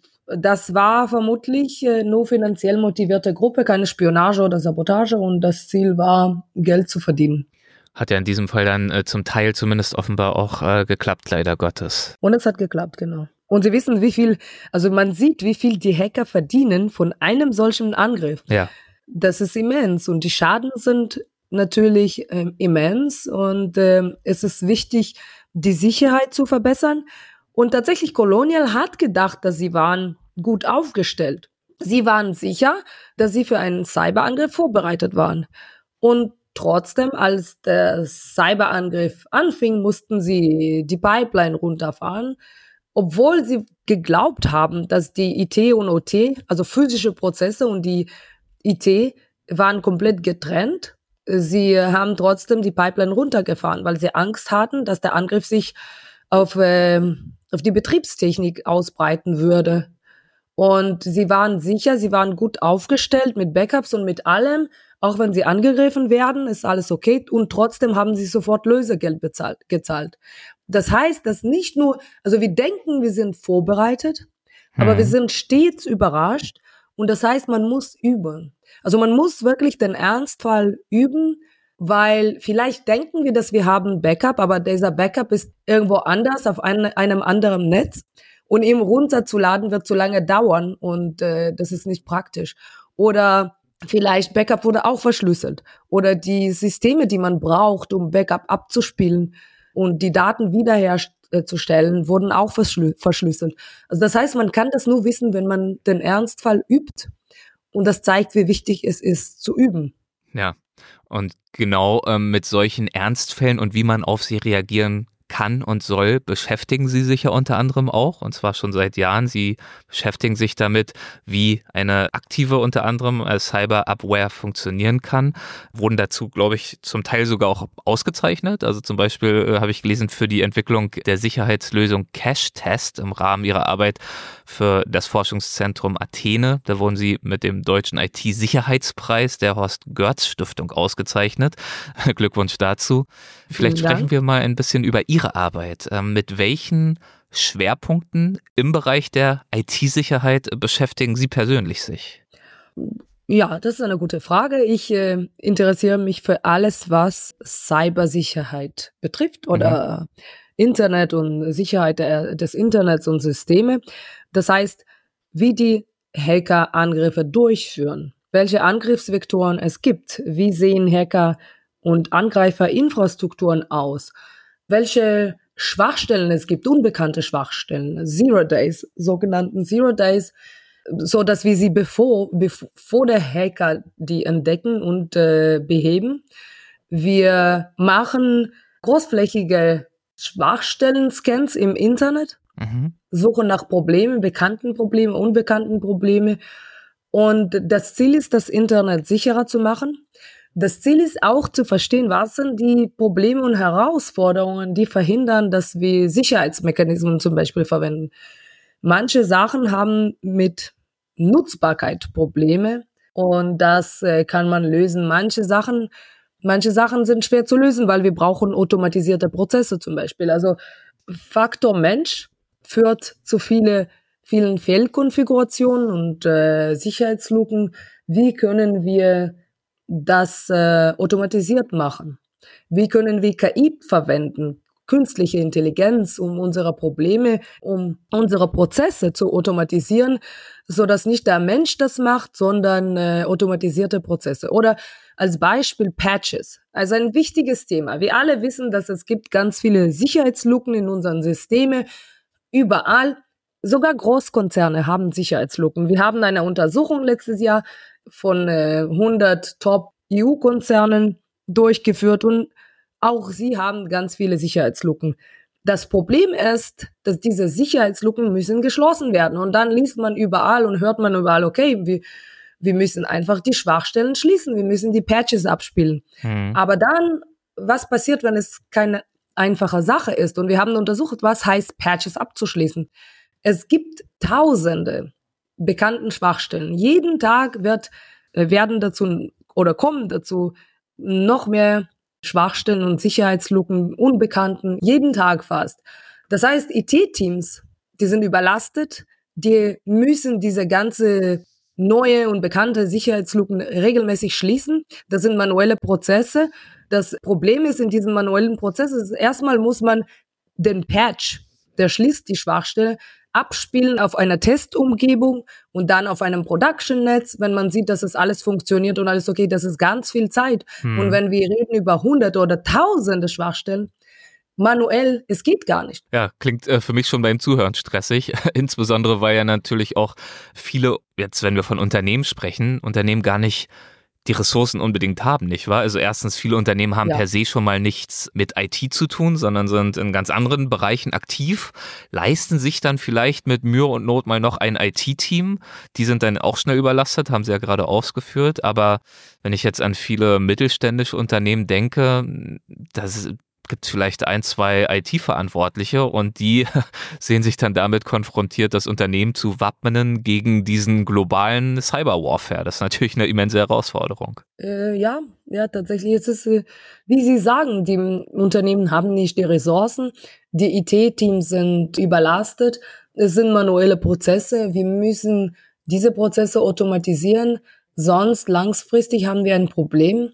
Speaker 3: das war vermutlich äh, nur finanziell motivierte Gruppe, keine Spionage oder Sabotage und das Ziel war, Geld zu verdienen.
Speaker 2: Hat ja in diesem Fall dann äh, zum Teil zumindest offenbar auch äh, geklappt, leider Gottes.
Speaker 3: Und es hat geklappt, genau. Und Sie wissen, wie viel, also man sieht, wie viel die Hacker verdienen von einem solchen Angriff.
Speaker 2: Ja.
Speaker 3: Das ist immens und die Schaden sind natürlich ähm, immens und ähm, es ist wichtig, die Sicherheit zu verbessern. Und tatsächlich, Colonial hat gedacht, dass sie waren gut aufgestellt. Sie waren sicher, dass sie für einen Cyberangriff vorbereitet waren. Und trotzdem, als der Cyberangriff anfing, mussten sie die Pipeline runterfahren, obwohl sie geglaubt haben, dass die I T und O T, also physische Prozesse und die I T, waren komplett getrennt. Sie haben trotzdem die Pipeline runtergefahren, weil sie Angst hatten, dass der Angriff sich auf, äh, auf die Betriebstechnik ausbreiten würde. Und sie waren sicher, sie waren gut aufgestellt mit Backups und mit allem. Auch wenn sie angegriffen werden, ist alles okay. Und trotzdem haben sie sofort Lösegeld bezahlt, gezahlt. Das heißt, dass nicht nur, also wir denken, wir sind vorbereitet, hm. aber wir sind stets überrascht. Und das heißt, man muss üben. Also man muss wirklich den Ernstfall üben, weil vielleicht denken wir, dass wir haben Backup, aber dieser Backup ist irgendwo anders auf ein, einem anderen Netz und ihm runterzuladen wird so lange dauern und äh, das ist nicht praktisch. Oder vielleicht Backup wurde auch verschlüsselt oder die Systeme, die man braucht, um Backup abzuspielen und die Daten wiederherzustellen, wurden auch verschlü- verschlüsselt. Also das heißt, man kann das nur wissen, wenn man den Ernstfall übt. Und das zeigt, wie wichtig es ist, zu üben.
Speaker 2: Ja, und genau ähm, mit solchen Ernstfällen und wie man auf sie reagieren kann und soll, beschäftigen Sie sich ja unter anderem auch, und zwar schon seit Jahren. Sie beschäftigen sich damit, wie eine aktive unter anderem äh, Cyber-Abwehr funktionieren kann. Wurden dazu, glaube ich, zum Teil sogar auch ausgezeichnet. Also zum Beispiel äh, habe ich gelesen, für die Entwicklung der Sicherheitslösung Cache-Test im Rahmen Ihrer Arbeit für das Forschungszentrum Athene. Da wurden Sie mit dem Deutschen I T-Sicherheitspreis der Horst-Goertz-Stiftung ausgezeichnet. Glückwunsch dazu. Vielleicht sprechen wir mal ein bisschen über Ihre Arbeit. Mit welchen Schwerpunkten im Bereich der I T-Sicherheit beschäftigen Sie persönlich sich?
Speaker 3: Ja, das ist eine gute Frage. Ich äh, interessiere mich für alles, was Cybersicherheit betrifft oder mhm. Internet und Sicherheit der, des Internets und Systeme. Das heißt, wie die Hacker Angriffe durchführen, welche Angriffsvektoren es gibt, wie sehen Hacker und Angreiferinfrastrukturen aus, welche Schwachstellen es gibt, unbekannte Schwachstellen, Zero Days, sogenannten Zero Days, so dass wir sie bevor, bevor der Hacker die entdecken und äh, beheben. Wir machen großflächige Schwachstellen-Scans im Internet, mhm. suchen nach Problemen, bekannten Problemen, unbekannten Probleme. Und das Ziel ist, das Internet sicherer zu machen. Das Ziel ist auch zu verstehen, was sind die Probleme und Herausforderungen, die verhindern, dass wir Sicherheitsmechanismen zum Beispiel verwenden. Manche Sachen haben mit Nutzbarkeit Probleme und das äh, kann man lösen. Manche Sachen, manche Sachen sind schwer zu lösen, weil wir brauchen automatisierte Prozesse zum Beispiel. Also Faktor Mensch führt zu viele, vielen Fehlkonfigurationen und äh, Sicherheitslücken. Wie können wir das äh, automatisiert machen? Wie können wir K I verwenden, künstliche Intelligenz, um unsere Probleme, um unsere Prozesse zu automatisieren, so dass nicht der Mensch das macht, sondern äh, automatisierte Prozesse. Oder als Beispiel Patches, also ein wichtiges Thema. Wir alle wissen, dass es gibt ganz viele Sicherheitslücken in unseren Systemen, überall. Sogar Großkonzerne haben Sicherheitslücken. Wir haben eine Untersuchung letztes Jahr von äh, hundert Top-E U-Konzernen durchgeführt und auch sie haben ganz viele Sicherheitslücken. Das Problem ist, dass diese Sicherheitslücken müssen geschlossen werden und dann liest man überall und hört man überall, okay, wir, wir müssen einfach die Schwachstellen schließen, wir müssen die Patches abspielen. Mhm. Aber dann, was passiert, wenn es keine einfache Sache ist? Und wir haben untersucht, was heißt Patches abzuschließen. Es gibt tausende bekannten Schwachstellen. Jeden Tag wird, werden dazu oder kommen dazu noch mehr Schwachstellen und Sicherheitslücken, Unbekannten, jeden Tag fast. Das heißt, I T-Teams, die sind überlastet, die müssen diese ganze neue und bekannte Sicherheitslücken regelmäßig schließen. Das sind manuelle Prozesse. Das Problem ist in diesen manuellen Prozessen, erstmal muss man den Patch, der schließt die Schwachstelle, abspielen auf einer Testumgebung und dann auf einem Production-Netz, wenn man sieht, dass es alles funktioniert und alles okay, das ist ganz viel Zeit. Hm. Und wenn wir reden über hunderte oder tausende Schwachstellen, manuell, es geht gar nicht.
Speaker 2: Ja, klingt äh, für mich schon beim Zuhören stressig, insbesondere weil ja natürlich auch viele, jetzt wenn wir von Unternehmen sprechen, Unternehmen gar nicht die Ressourcen unbedingt haben, nicht wahr? Also erstens, viele Unternehmen haben ja. per se schon mal nichts mit I T zu tun, sondern sind in ganz anderen Bereichen aktiv, leisten sich dann vielleicht mit Mühe und Not mal noch ein I T-Team. Die sind dann auch schnell überlastet, haben sie ja gerade ausgeführt. Aber wenn ich jetzt an viele mittelständische Unternehmen denke, das gibt es vielleicht ein, zwei I T-Verantwortliche und die sehen sich dann damit konfrontiert, das Unternehmen zu wappnen gegen diesen globalen Cyberwarfare. Das ist natürlich eine immense Herausforderung.
Speaker 3: Äh, ja, ja, tatsächlich. Es ist, wie Sie sagen, die Unternehmen haben nicht die Ressourcen, die I T-Teams sind überlastet, es sind manuelle Prozesse, wir müssen diese Prozesse automatisieren, sonst langfristig haben wir ein Problem.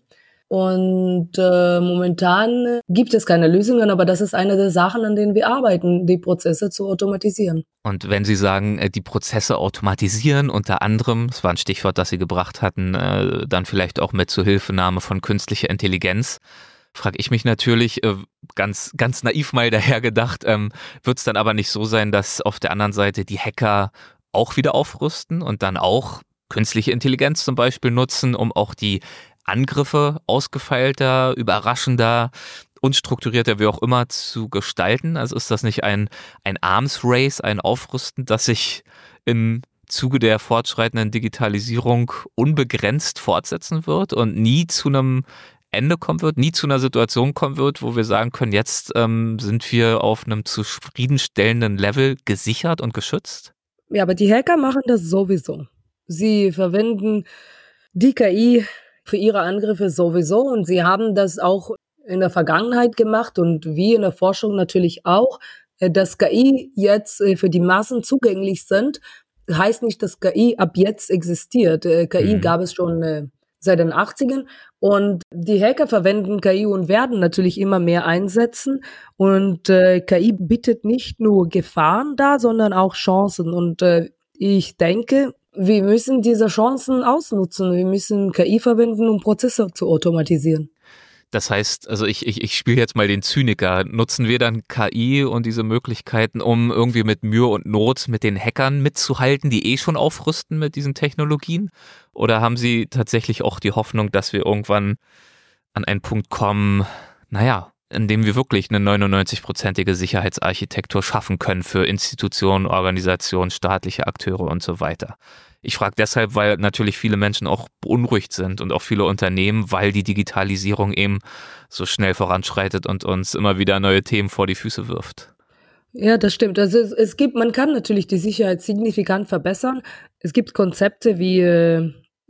Speaker 3: Und äh, momentan gibt es keine Lösungen, aber das ist eine der Sachen, an denen wir arbeiten, die Prozesse zu automatisieren.
Speaker 2: Und wenn Sie sagen, die Prozesse automatisieren, unter anderem, das war ein Stichwort, das Sie gebracht hatten, äh, dann vielleicht auch mit Zuhilfenahme von künstlicher Intelligenz, frage ich mich natürlich, äh, ganz ganz naiv mal dahergedacht, ähm, wird es dann aber nicht so sein, dass auf der anderen Seite die Hacker auch wieder aufrüsten und dann auch künstliche Intelligenz zum Beispiel nutzen, um auch die Angriffe ausgefeilter, überraschender, unstrukturierter, wie auch immer zu gestalten? Also ist das nicht ein, ein Arms Race, ein Aufrüsten, das sich im Zuge der fortschreitenden Digitalisierung unbegrenzt fortsetzen wird und nie zu einem Ende kommen wird, nie zu einer Situation kommen wird, wo wir sagen können, jetzt ähm, sind wir auf einem zufriedenstellenden Level gesichert und geschützt?
Speaker 3: Ja, aber die Hacker machen das sowieso. Sie verwenden die K I für ihre Angriffe sowieso und sie haben das auch in der Vergangenheit gemacht und wie in der Forschung natürlich auch, dass K I jetzt für die Massen zugänglich sind, heißt nicht, dass K I ab jetzt existiert. K I mhm. gab es schon seit den achtzigern und die Hacker verwenden K I und werden natürlich immer mehr einsetzen und äh, K I bietet nicht nur Gefahren dar, sondern auch Chancen und äh, ich denke, wir müssen diese Chancen ausnutzen. Wir müssen K I verwenden, um Prozesse zu automatisieren.
Speaker 2: Das heißt, also ich, ich, ich spiele jetzt mal den Zyniker. Nutzen wir dann K I und diese Möglichkeiten, um irgendwie mit Mühe und Not mit den Hackern mitzuhalten, die eh schon aufrüsten mit diesen Technologien? Oder haben Sie tatsächlich auch die Hoffnung, dass wir irgendwann an einen Punkt kommen, naja, in dem wir wirklich eine neunundneunzig-prozentige Sicherheitsarchitektur schaffen können für Institutionen, Organisationen, staatliche Akteure und so weiter? Ich frage deshalb, weil natürlich viele Menschen auch beunruhigt sind und auch viele Unternehmen, weil die Digitalisierung eben so schnell voranschreitet und uns immer wieder neue Themen vor die Füße wirft.
Speaker 3: Ja, das stimmt. Also es, es gibt, man kann natürlich die Sicherheit signifikant verbessern. Es gibt Konzepte wie äh,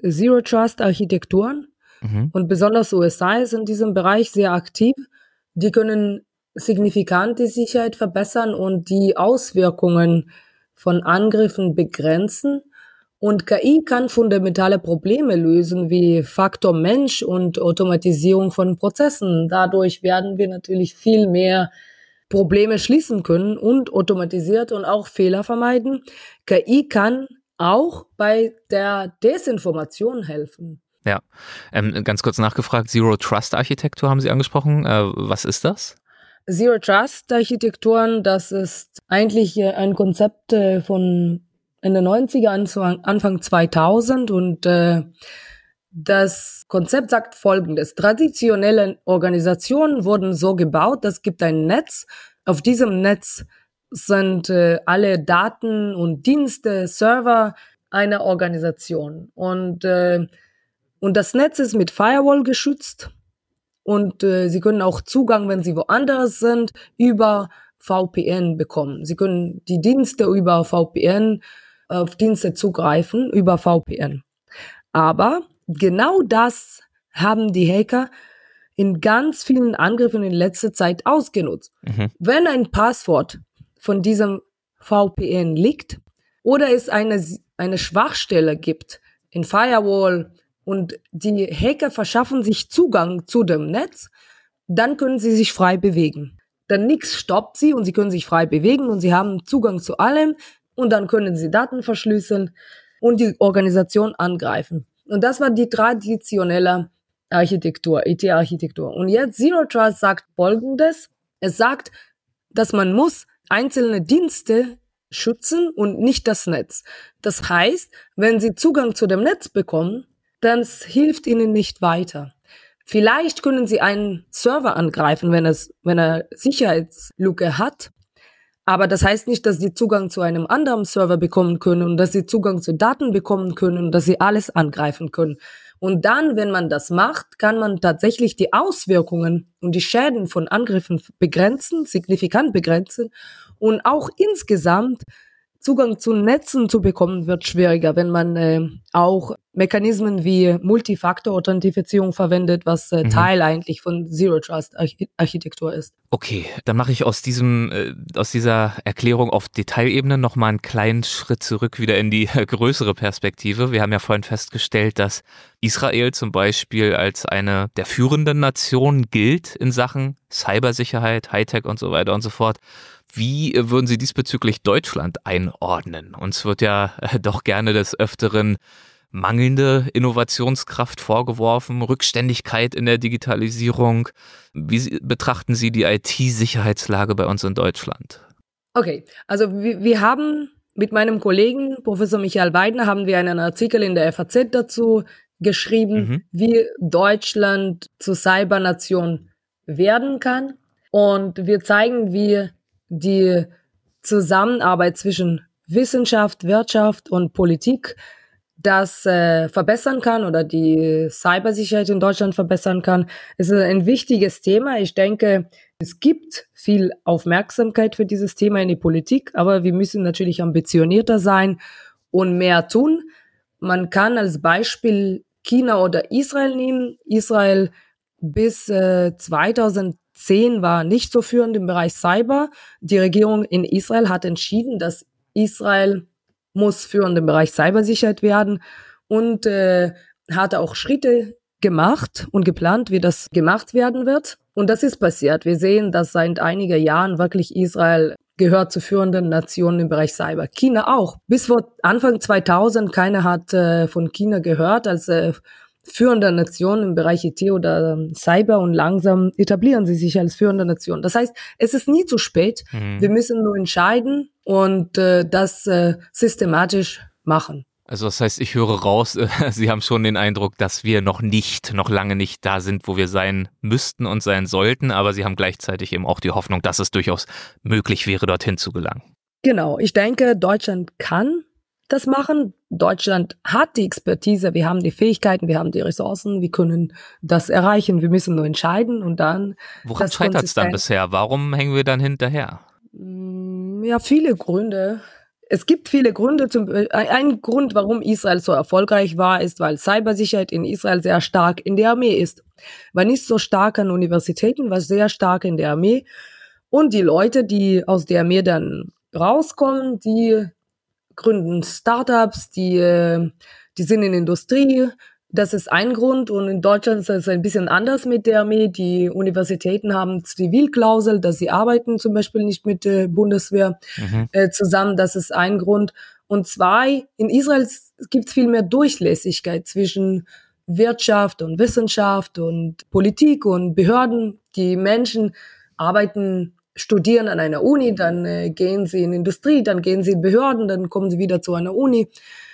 Speaker 3: Zero-Trust-Architekturen mhm. und besonders U S A ist in diesem Bereich sehr aktiv. Die können signifikant die Sicherheit verbessern und die Auswirkungen von Angriffen begrenzen. Und K I kann fundamentale Probleme lösen, wie Faktor Mensch und Automatisierung von Prozessen. Dadurch werden wir natürlich viel mehr Probleme schließen können und automatisiert und auch Fehler vermeiden. K I kann auch bei der Desinformation helfen.
Speaker 2: Ja, ähm, ganz kurz nachgefragt, Zero-Trust-Architektur haben Sie angesprochen. Äh, was ist das?
Speaker 3: Zero-Trust-Architekturen, das ist eigentlich ein Konzept von Ende neunziger, Anfang zweitausend und äh, das Konzept sagt Folgendes. Traditionelle Organisationen wurden so gebaut, es gibt ein Netz. Auf diesem Netz sind äh, alle Daten und Dienste, Server einer Organisation und äh, Und das Netz ist mit Firewall geschützt und äh, Sie können auch Zugang, wenn Sie woanders sind, über V P N bekommen. Sie können die Dienste über V P N, auf Dienste zugreifen, über V P N. Aber genau das haben die Hacker in ganz vielen Angriffen in letzter Zeit ausgenutzt. Mhm. Wenn ein Passwort von diesem V P N liegt oder es eine, eine Schwachstelle gibt in Firewall und die Hacker verschaffen sich Zugang zu dem Netz, dann können sie sich frei bewegen. Dann nichts stoppt sie und sie können sich frei bewegen und sie haben Zugang zu allem und dann können sie Daten verschlüsseln und die Organisation angreifen. Und das war die traditionelle Architektur, I T-Architektur. Und jetzt Zero Trust sagt Folgendes. Es sagt, dass man muss einzelne Dienste schützen und nicht das Netz. Das heißt, wenn Sie Zugang zu dem Netz bekommen, dann hilft Ihnen nicht weiter. Vielleicht können Sie einen Server angreifen, wenn es, wenn er Sicherheitslücke hat. Aber das heißt nicht, dass Sie Zugang zu einem anderen Server bekommen können und dass Sie Zugang zu Daten bekommen können und dass Sie alles angreifen können. Und dann, wenn man das macht, kann man tatsächlich die Auswirkungen und die Schäden von Angriffen begrenzen, signifikant begrenzen. Und auch insgesamt Zugang zu Netzen zu bekommen, wird schwieriger, wenn man äh, auch Mechanismen wie Multifaktor-Authentifizierung verwendet, was äh, mhm. Teil eigentlich von Zero-Trust-Architektur ist.
Speaker 2: Okay, dann mache ich aus diesem äh, aus dieser Erklärung auf Detailebene nochmal einen kleinen Schritt zurück wieder in die äh, größere Perspektive. Wir haben ja vorhin festgestellt, dass Israel zum Beispiel als eine der führenden Nationen gilt in Sachen Cybersicherheit, Hightech und so weiter und so fort. Wie würden Sie diesbezüglich Deutschland einordnen? Uns wird ja äh, doch gerne des Öfteren mangelnde Innovationskraft vorgeworfen, Rückständigkeit in der Digitalisierung. Wie Sie, betrachten Sie die I T-Sicherheitslage bei uns in Deutschland?
Speaker 3: Okay, also wir, wir haben mit meinem Kollegen, Professor Michael Weidner, haben wir einen Artikel in der F A Z dazu geschrieben, mhm. wie Deutschland zur Cybernation werden kann. Und wir zeigen, wie die Zusammenarbeit zwischen Wissenschaft, Wirtschaft und Politik das äh, verbessern kann oder die Cybersicherheit in Deutschland verbessern kann. Es ist ein wichtiges Thema. Ich denke, es gibt viel Aufmerksamkeit für dieses Thema in der Politik, aber wir müssen natürlich ambitionierter sein und mehr tun. Man kann als Beispiel China oder Israel nehmen. Israel bis äh, zweitausendzehn war nicht so führend im Bereich Cyber. Die Regierung in Israel hat entschieden, dass Israel muss führend im Bereich Cybersicherheit werden und äh, hat auch Schritte gemacht und geplant, wie das gemacht werden wird. Und das ist passiert. Wir sehen, dass seit einigen Jahren wirklich Israel gehört zu führenden Nationen im Bereich Cyber. China auch. Bis vor Anfang zweitausend, keiner hat äh, von China gehört als äh, führende Nation im Bereich I T oder Cyber und langsam etablieren sie sich als führende Nation. Das heißt, es ist nie zu spät. Mhm. Wir müssen nur entscheiden und äh, das äh, systematisch machen.
Speaker 2: Also das heißt, ich höre raus, äh, Sie haben schon den Eindruck, dass wir noch nicht, noch lange nicht da sind, wo wir sein müssten und sein sollten, aber Sie haben gleichzeitig eben auch die Hoffnung, dass es durchaus möglich wäre, dorthin zu gelangen.
Speaker 3: Genau, ich denke, Deutschland kann das machen. Deutschland hat die Expertise, wir haben die Fähigkeiten, wir haben die Ressourcen, wir können das erreichen, wir müssen nur entscheiden und dann...
Speaker 2: Woran scheitert es dann bisher? Warum hängen wir dann hinterher?
Speaker 3: Ja, viele Gründe. Es gibt viele Gründe. Zum, ein Grund, warum Israel so erfolgreich war, ist, weil Cybersicherheit in Israel sehr stark in der Armee ist. War nicht so stark an Universitäten, war sehr stark in der Armee. Und die Leute, die aus der Armee dann rauskommen, die gründen Startups, die, die sind in Industrie. Das ist ein Grund. Und in Deutschland ist es ein bisschen anders mit der Armee. Die Universitäten haben Zivilklausel, dass sie arbeiten zum Beispiel nicht mit der Bundeswehr mhm. äh, zusammen. Das ist ein Grund. Und zwei, in Israel gibt es viel mehr Durchlässigkeit zwischen Wirtschaft und Wissenschaft und Politik und Behörden. Die Menschen arbeiten studieren an einer Uni, dann äh, gehen sie in Industrie, dann gehen sie in Behörden, dann kommen sie wieder zu einer Uni.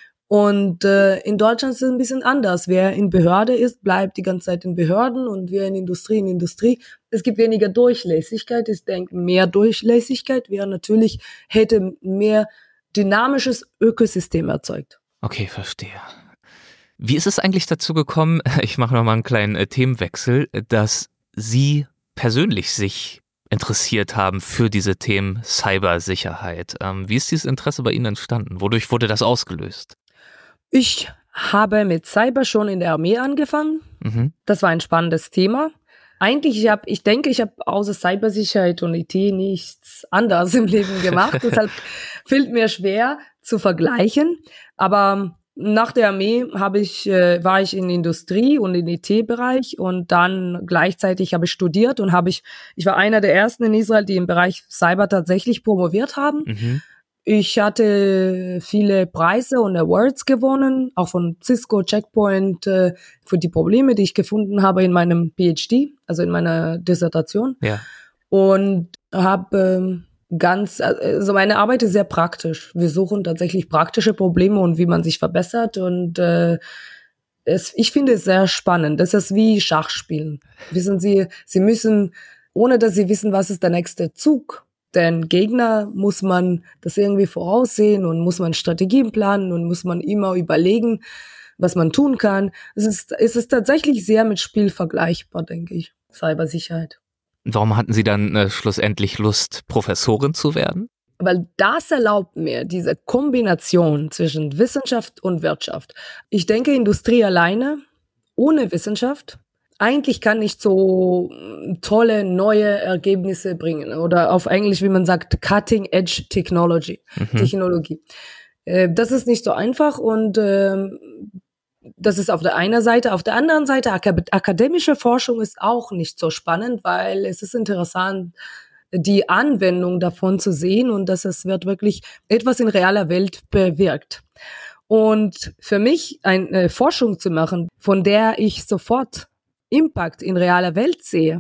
Speaker 3: Und äh, in Deutschland ist es ein bisschen anders. Wer in Behörde ist, bleibt die ganze Zeit in Behörden und wer in Industrie, in Industrie. Es gibt weniger Durchlässigkeit. Ich denke, mehr Durchlässigkeit wäre natürlich, hätte mehr dynamisches Ökosystem erzeugt.
Speaker 2: Okay, verstehe. Wie ist es eigentlich dazu gekommen, ich mache nochmal einen kleinen äh, Themenwechsel, dass Sie persönlich sich interessiert haben für diese Themen Cybersicherheit? Ähm, wie ist dieses Interesse bei Ihnen entstanden? Wodurch wurde das ausgelöst?
Speaker 3: Ich habe mit Cyber schon in der Armee angefangen. Mhm. Das war ein spannendes Thema. Eigentlich, ich, hab, ich denke, ich habe außer Cybersicherheit und I T nichts anderes im Leben gemacht. Deshalb fällt mir schwer zu vergleichen. Aber nach der Armee habe ich, äh, war ich in Industrie und im I T-Bereich und dann gleichzeitig habe ich studiert und habe ich, ich war einer der ersten in Israel, die im Bereich Cyber tatsächlich promoviert haben. Mhm. Ich hatte viele Preise und Awards gewonnen, auch von Cisco, Checkpoint, äh, für die Probleme, die ich gefunden habe in meinem PhD, also in meiner Dissertation. Ja. Und habe ähm, ganz, also meine Arbeit ist sehr praktisch. Wir suchen tatsächlich praktische Probleme und wie man sich verbessert. Und äh, es, ich finde es sehr spannend. Das ist wie Schachspielen. Wissen Sie, Sie müssen, ohne dass Sie wissen, was ist der nächste Zug, denn Gegner muss man das irgendwie voraussehen und muss man Strategien planen und muss man immer überlegen, was man tun kann. Es ist, es ist tatsächlich sehr mit Spiel vergleichbar, denke ich, Cybersicherheit.
Speaker 2: Warum hatten Sie dann äh, schlussendlich Lust, Professorin zu werden?
Speaker 3: Weil das erlaubt mir diese Kombination zwischen Wissenschaft und Wirtschaft. Ich denke, Industrie alleine, ohne Wissenschaft, eigentlich kann nicht so tolle neue Ergebnisse bringen oder auf Englisch, wie man sagt, Cutting Edge Technology, mhm. Technologie. Äh, das ist nicht so einfach und äh, das ist auf der einen Seite. Auf der anderen Seite, ak- akademische Forschung ist auch nicht so spannend, weil es ist interessant, die Anwendung davon zu sehen und dass es wird wirklich etwas in realer Welt bewirkt. Und für mich eine Forschung zu machen, von der ich sofort Impact in realer Welt sehe,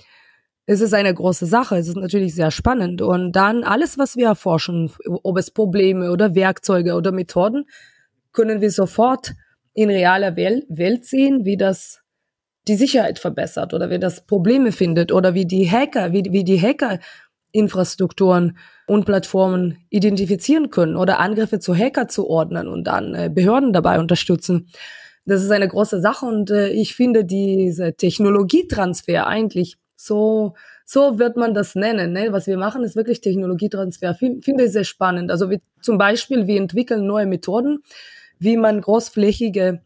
Speaker 3: es ist eine große Sache. Es ist natürlich sehr spannend. Und dann alles, was wir erforschen, ob es Probleme oder Werkzeuge oder Methoden, können wir sofort in realer Welt sehen, wie das die Sicherheit verbessert oder wie das Probleme findet oder wie die Hacker, wie, wie die Hacker-Infrastrukturen und Plattformen identifizieren können oder Angriffe zu Hacker zuordnen und dann äh, Behörden dabei unterstützen. Das ist eine große Sache und äh, ich finde diese Technologietransfer eigentlich so, so wird man das nennen. Ne? Was wir machen, ist wirklich Technologietransfer. Find, finde ich sehr spannend. Also wie, zum Beispiel, wir entwickeln neue Methoden, wie man großflächige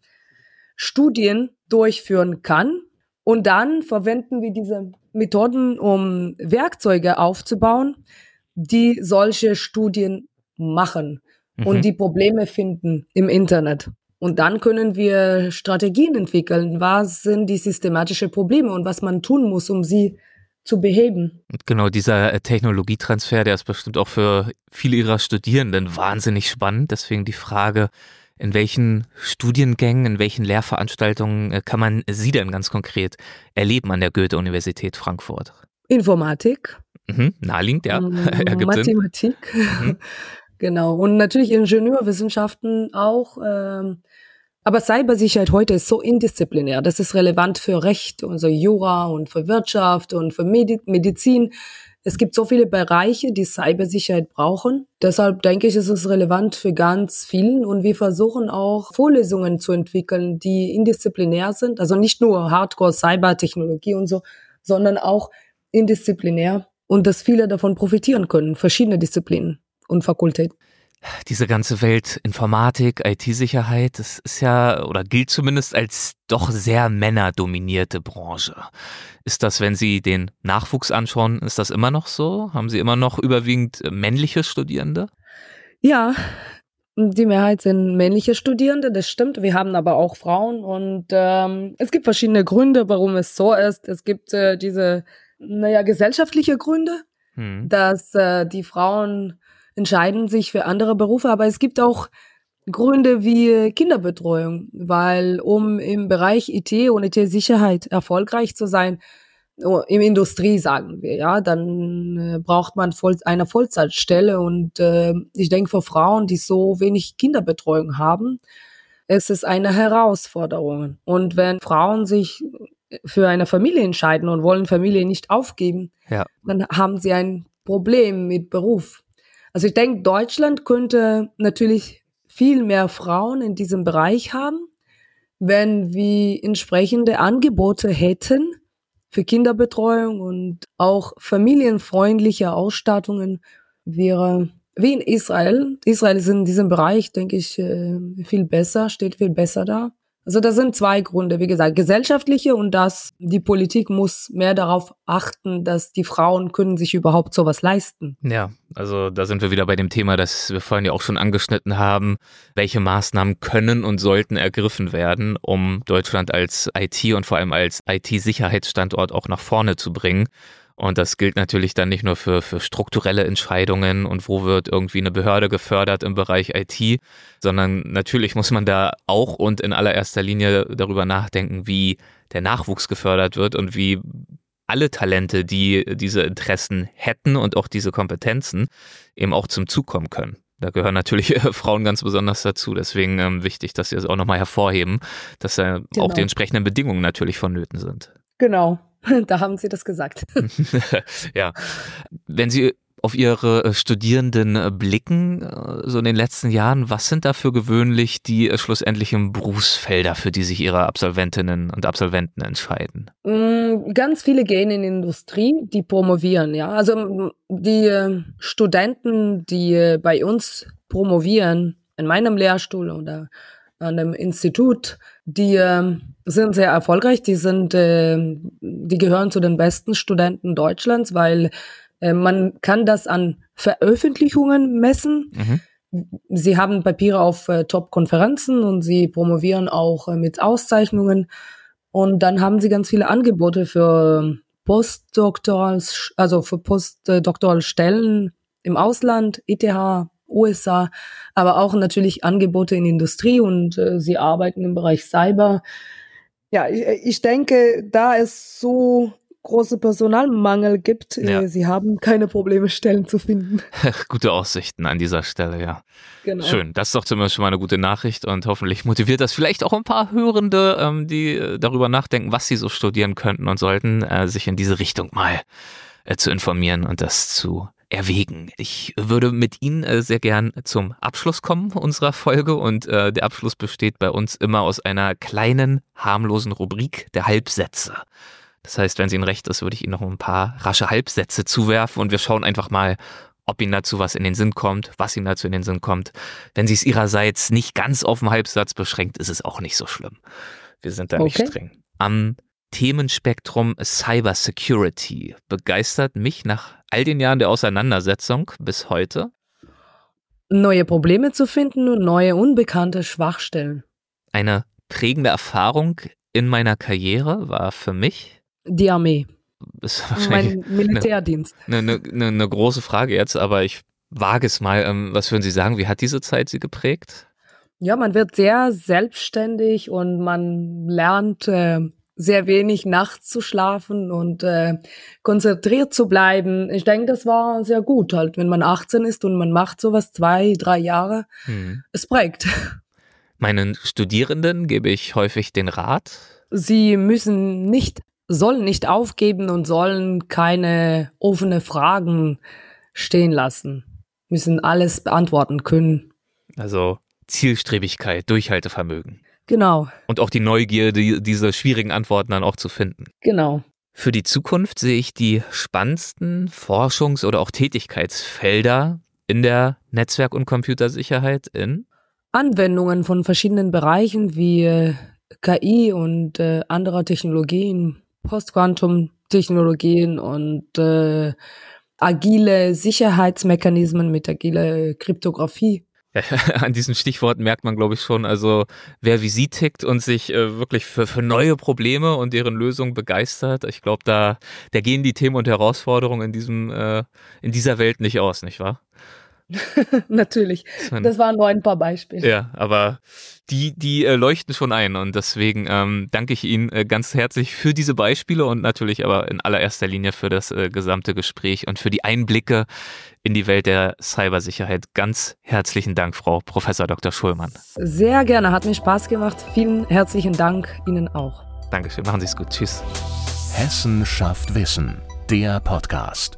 Speaker 3: Studien durchführen kann. Und dann verwenden wir diese Methoden, um Werkzeuge aufzubauen, die solche Studien machen mhm. und die Probleme finden im Internet. Und dann können wir Strategien entwickeln. Was sind die systematischen Probleme und was man tun muss, um sie zu beheben.
Speaker 2: Genau, dieser Technologietransfer, der ist bestimmt auch für viele Ihrer Studierenden wahnsinnig spannend. Deswegen die Frage, in welchen Studiengängen, in welchen Lehrveranstaltungen kann man Sie denn ganz konkret erleben an der Goethe-Universität Frankfurt?
Speaker 3: Informatik.
Speaker 2: Mhm, naheliegend, ja.
Speaker 3: Mathematik. Mhm. Genau. Und natürlich Ingenieurwissenschaften auch. Ähm, aber Cybersicherheit heute ist so indisziplinär. Das ist relevant für Recht, also Jura und für Wirtschaft und für Medi- Medizin. Es gibt so viele Bereiche, die Cybersicherheit brauchen. Deshalb denke ich, ist es relevant für ganz vielen. Und wir versuchen auch Vorlesungen zu entwickeln, die indisziplinär sind. Also nicht nur Hardcore-Cybertechnologie und so, sondern auch indisziplinär. Und dass viele davon profitieren können, verschiedene Disziplinen und Fakultäten.
Speaker 2: Diese ganze Welt Informatik, I T-Sicherheit, das ist ja oder gilt zumindest als doch sehr männerdominierte Branche. Ist das, wenn Sie den Nachwuchs anschauen, ist das immer noch so? Haben Sie immer noch überwiegend männliche Studierende?
Speaker 3: Ja, die Mehrheit sind männliche Studierende, das stimmt. Wir haben aber auch Frauen und ähm, es gibt verschiedene Gründe, warum es so ist. Es gibt äh, diese, naja, gesellschaftliche Gründe, hm. dass äh, die Frauen entscheiden sich für andere Berufe, aber es gibt auch Gründe wie Kinderbetreuung, weil um im Bereich I T und I T-Sicherheit erfolgreich zu sein, im Industrie sagen wir, ja, dann äh, braucht man voll, eine Vollzeitstelle und äh, ich denke für Frauen, die so wenig Kinderbetreuung haben, es ist eine Herausforderung. Und wenn Frauen sich für eine Familie entscheiden und wollen Familie nicht aufgeben, ja. dann haben sie ein Problem mit Beruf. Also ich denke, Deutschland könnte natürlich viel mehr Frauen in diesem Bereich haben, wenn wir entsprechende Angebote hätten für Kinderbetreuung und auch familienfreundliche Ausstattungen wäre wie in Israel. Israel ist in diesem Bereich, denke ich, viel besser, steht viel besser da. Also das sind zwei Gründe, wie gesagt, gesellschaftliche und dass die Politik muss mehr darauf achten, dass die Frauen können sich überhaupt sowas leisten.
Speaker 2: Ja, also da sind wir wieder bei dem Thema, das wir vorhin ja auch schon angeschnitten haben. Welche Maßnahmen können und sollten ergriffen werden, um Deutschland als I T und vor allem als I T-Sicherheitsstandort auch nach vorne zu bringen? Und das gilt natürlich dann nicht nur für, für strukturelle Entscheidungen und wo wird irgendwie eine Behörde gefördert im Bereich I T, sondern natürlich muss man da auch und in allererster Linie darüber nachdenken, wie der Nachwuchs gefördert wird und wie alle Talente, die diese Interessen hätten und auch diese Kompetenzen eben auch zum Zug kommen können. Da gehören natürlich Frauen ganz besonders dazu. Deswegen ähm, wichtig, dass Sie das auch nochmal hervorheben, dass äh,
Speaker 3: Genau.
Speaker 2: auch die entsprechenden Bedingungen natürlich vonnöten sind.
Speaker 3: Genau. Da haben Sie das gesagt.
Speaker 2: Ja, wenn Sie auf Ihre Studierenden blicken, so in den letzten Jahren, was sind da für gewöhnlich die schlussendlichen Berufsfelder, für die sich Ihre Absolventinnen und Absolventen entscheiden?
Speaker 3: Ganz viele gehen in die Industrie, die promovieren, ja. Also die Studenten, die bei uns promovieren, in meinem Lehrstuhl oder an einem Institut, die äh, sind sehr erfolgreich, die sind, äh, die gehören zu den besten Studenten Deutschlands, weil äh, man kann das an Veröffentlichungen messen. Mhm. Sie haben Papiere auf äh, Top-Konferenzen und sie promovieren auch äh, mit Auszeichnungen. Und dann haben sie ganz viele Angebote für Postdoktoral, also für postdoktorale Stellen im Ausland, E T H, U S A, aber auch natürlich Angebote in Industrie und äh, sie arbeiten im Bereich Cyber. Ja, ich, ich denke, da es so große Personalmangel gibt,
Speaker 2: ja.
Speaker 3: äh, sie haben keine Probleme, Stellen zu finden.
Speaker 2: Gute Aussichten an dieser Stelle, ja.
Speaker 3: Genau.
Speaker 2: Schön, das ist doch zumindest schon mal eine gute Nachricht und hoffentlich motiviert das vielleicht auch ein paar Hörende, ähm, die äh, darüber nachdenken, was sie so studieren könnten und sollten, äh, sich in diese Richtung mal äh, zu informieren und das zu erwägen. Ich würde mit Ihnen äh, sehr gern zum Abschluss kommen unserer Folge und äh, der Abschluss besteht bei uns immer aus einer kleinen, harmlosen Rubrik der Halbsätze. Das heißt, wenn es Ihnen recht ist, würde ich Ihnen noch ein paar rasche Halbsätze zuwerfen und wir schauen einfach mal, ob Ihnen dazu was in den Sinn kommt, was Ihnen dazu in den Sinn kommt. Wenn Sie es Ihrerseits nicht ganz auf den Halbsatz beschränkt, ist es auch nicht so schlimm. Wir sind da
Speaker 3: Okay.
Speaker 2: nicht streng. Am Themenspektrum Cybersecurity begeistert mich nach all den Jahren der Auseinandersetzung bis heute
Speaker 3: Neue Probleme zu finden und neue unbekannte Schwachstellen.
Speaker 2: eine prägende Erfahrung in meiner Karriere war für mich,
Speaker 3: Die Armee,
Speaker 2: ist wahrscheinlich
Speaker 3: mein Militärdienst.
Speaker 2: eine, eine, eine, eine große Frage jetzt, aber ich wage es mal. Ähm, was würden Sie sagen, wie hat diese Zeit Sie geprägt?
Speaker 3: Ja, man wird sehr selbstständig und man lernt äh, sehr wenig nachts zu schlafen und äh, konzentriert zu bleiben. Ich denke, das war sehr gut halt, wenn man achtzehn ist und man macht sowas zwei, drei Jahre. Hm. Es prägt.
Speaker 2: Meinen Studierenden gebe ich häufig den Rat.
Speaker 3: Sie müssen nicht, sollen nicht aufgeben und sollen keine offene Fragen stehen lassen. Müssen alles beantworten können.
Speaker 2: Also Zielstrebigkeit, Durchhaltevermögen.
Speaker 3: Genau.
Speaker 2: Und auch die Neugier, die, diese schwierigen Antworten dann auch zu finden.
Speaker 3: Genau.
Speaker 2: Für die Zukunft sehe ich die spannendsten Forschungs- oder auch Tätigkeitsfelder in der Netzwerk- und Computersicherheit in
Speaker 3: Anwendungen von verschiedenen Bereichen wie äh, K I und äh, anderer Technologien, Post-Quantum-Technologien und äh, agile Sicherheitsmechanismen mit agiler Kryptographie.
Speaker 2: Ja, an diesen Stichworten merkt man, glaube ich, schon, also wer wie Sie tickt und sich äh, wirklich für, für neue Probleme und deren Lösung begeistert, ich glaube, da, da gehen die Themen und Herausforderungen in diesem, äh, in dieser Welt nicht aus, nicht wahr?
Speaker 3: Natürlich. Das waren nur ein paar Beispiele.
Speaker 2: Ja, aber die, die äh, leuchten schon ein und deswegen ähm, danke ich Ihnen äh, ganz herzlich für diese Beispiele und natürlich aber in allererster Linie für das äh, gesamte Gespräch und für die Einblicke in die Welt der Cybersicherheit. Ganz herzlichen Dank, Frau Professor Doktor Schulmann.
Speaker 3: Sehr gerne, hat mir Spaß gemacht. Vielen herzlichen Dank Ihnen auch.
Speaker 2: Dankeschön, machen Sie es gut. Tschüss.
Speaker 1: Hessen schafft Wissen, der Podcast.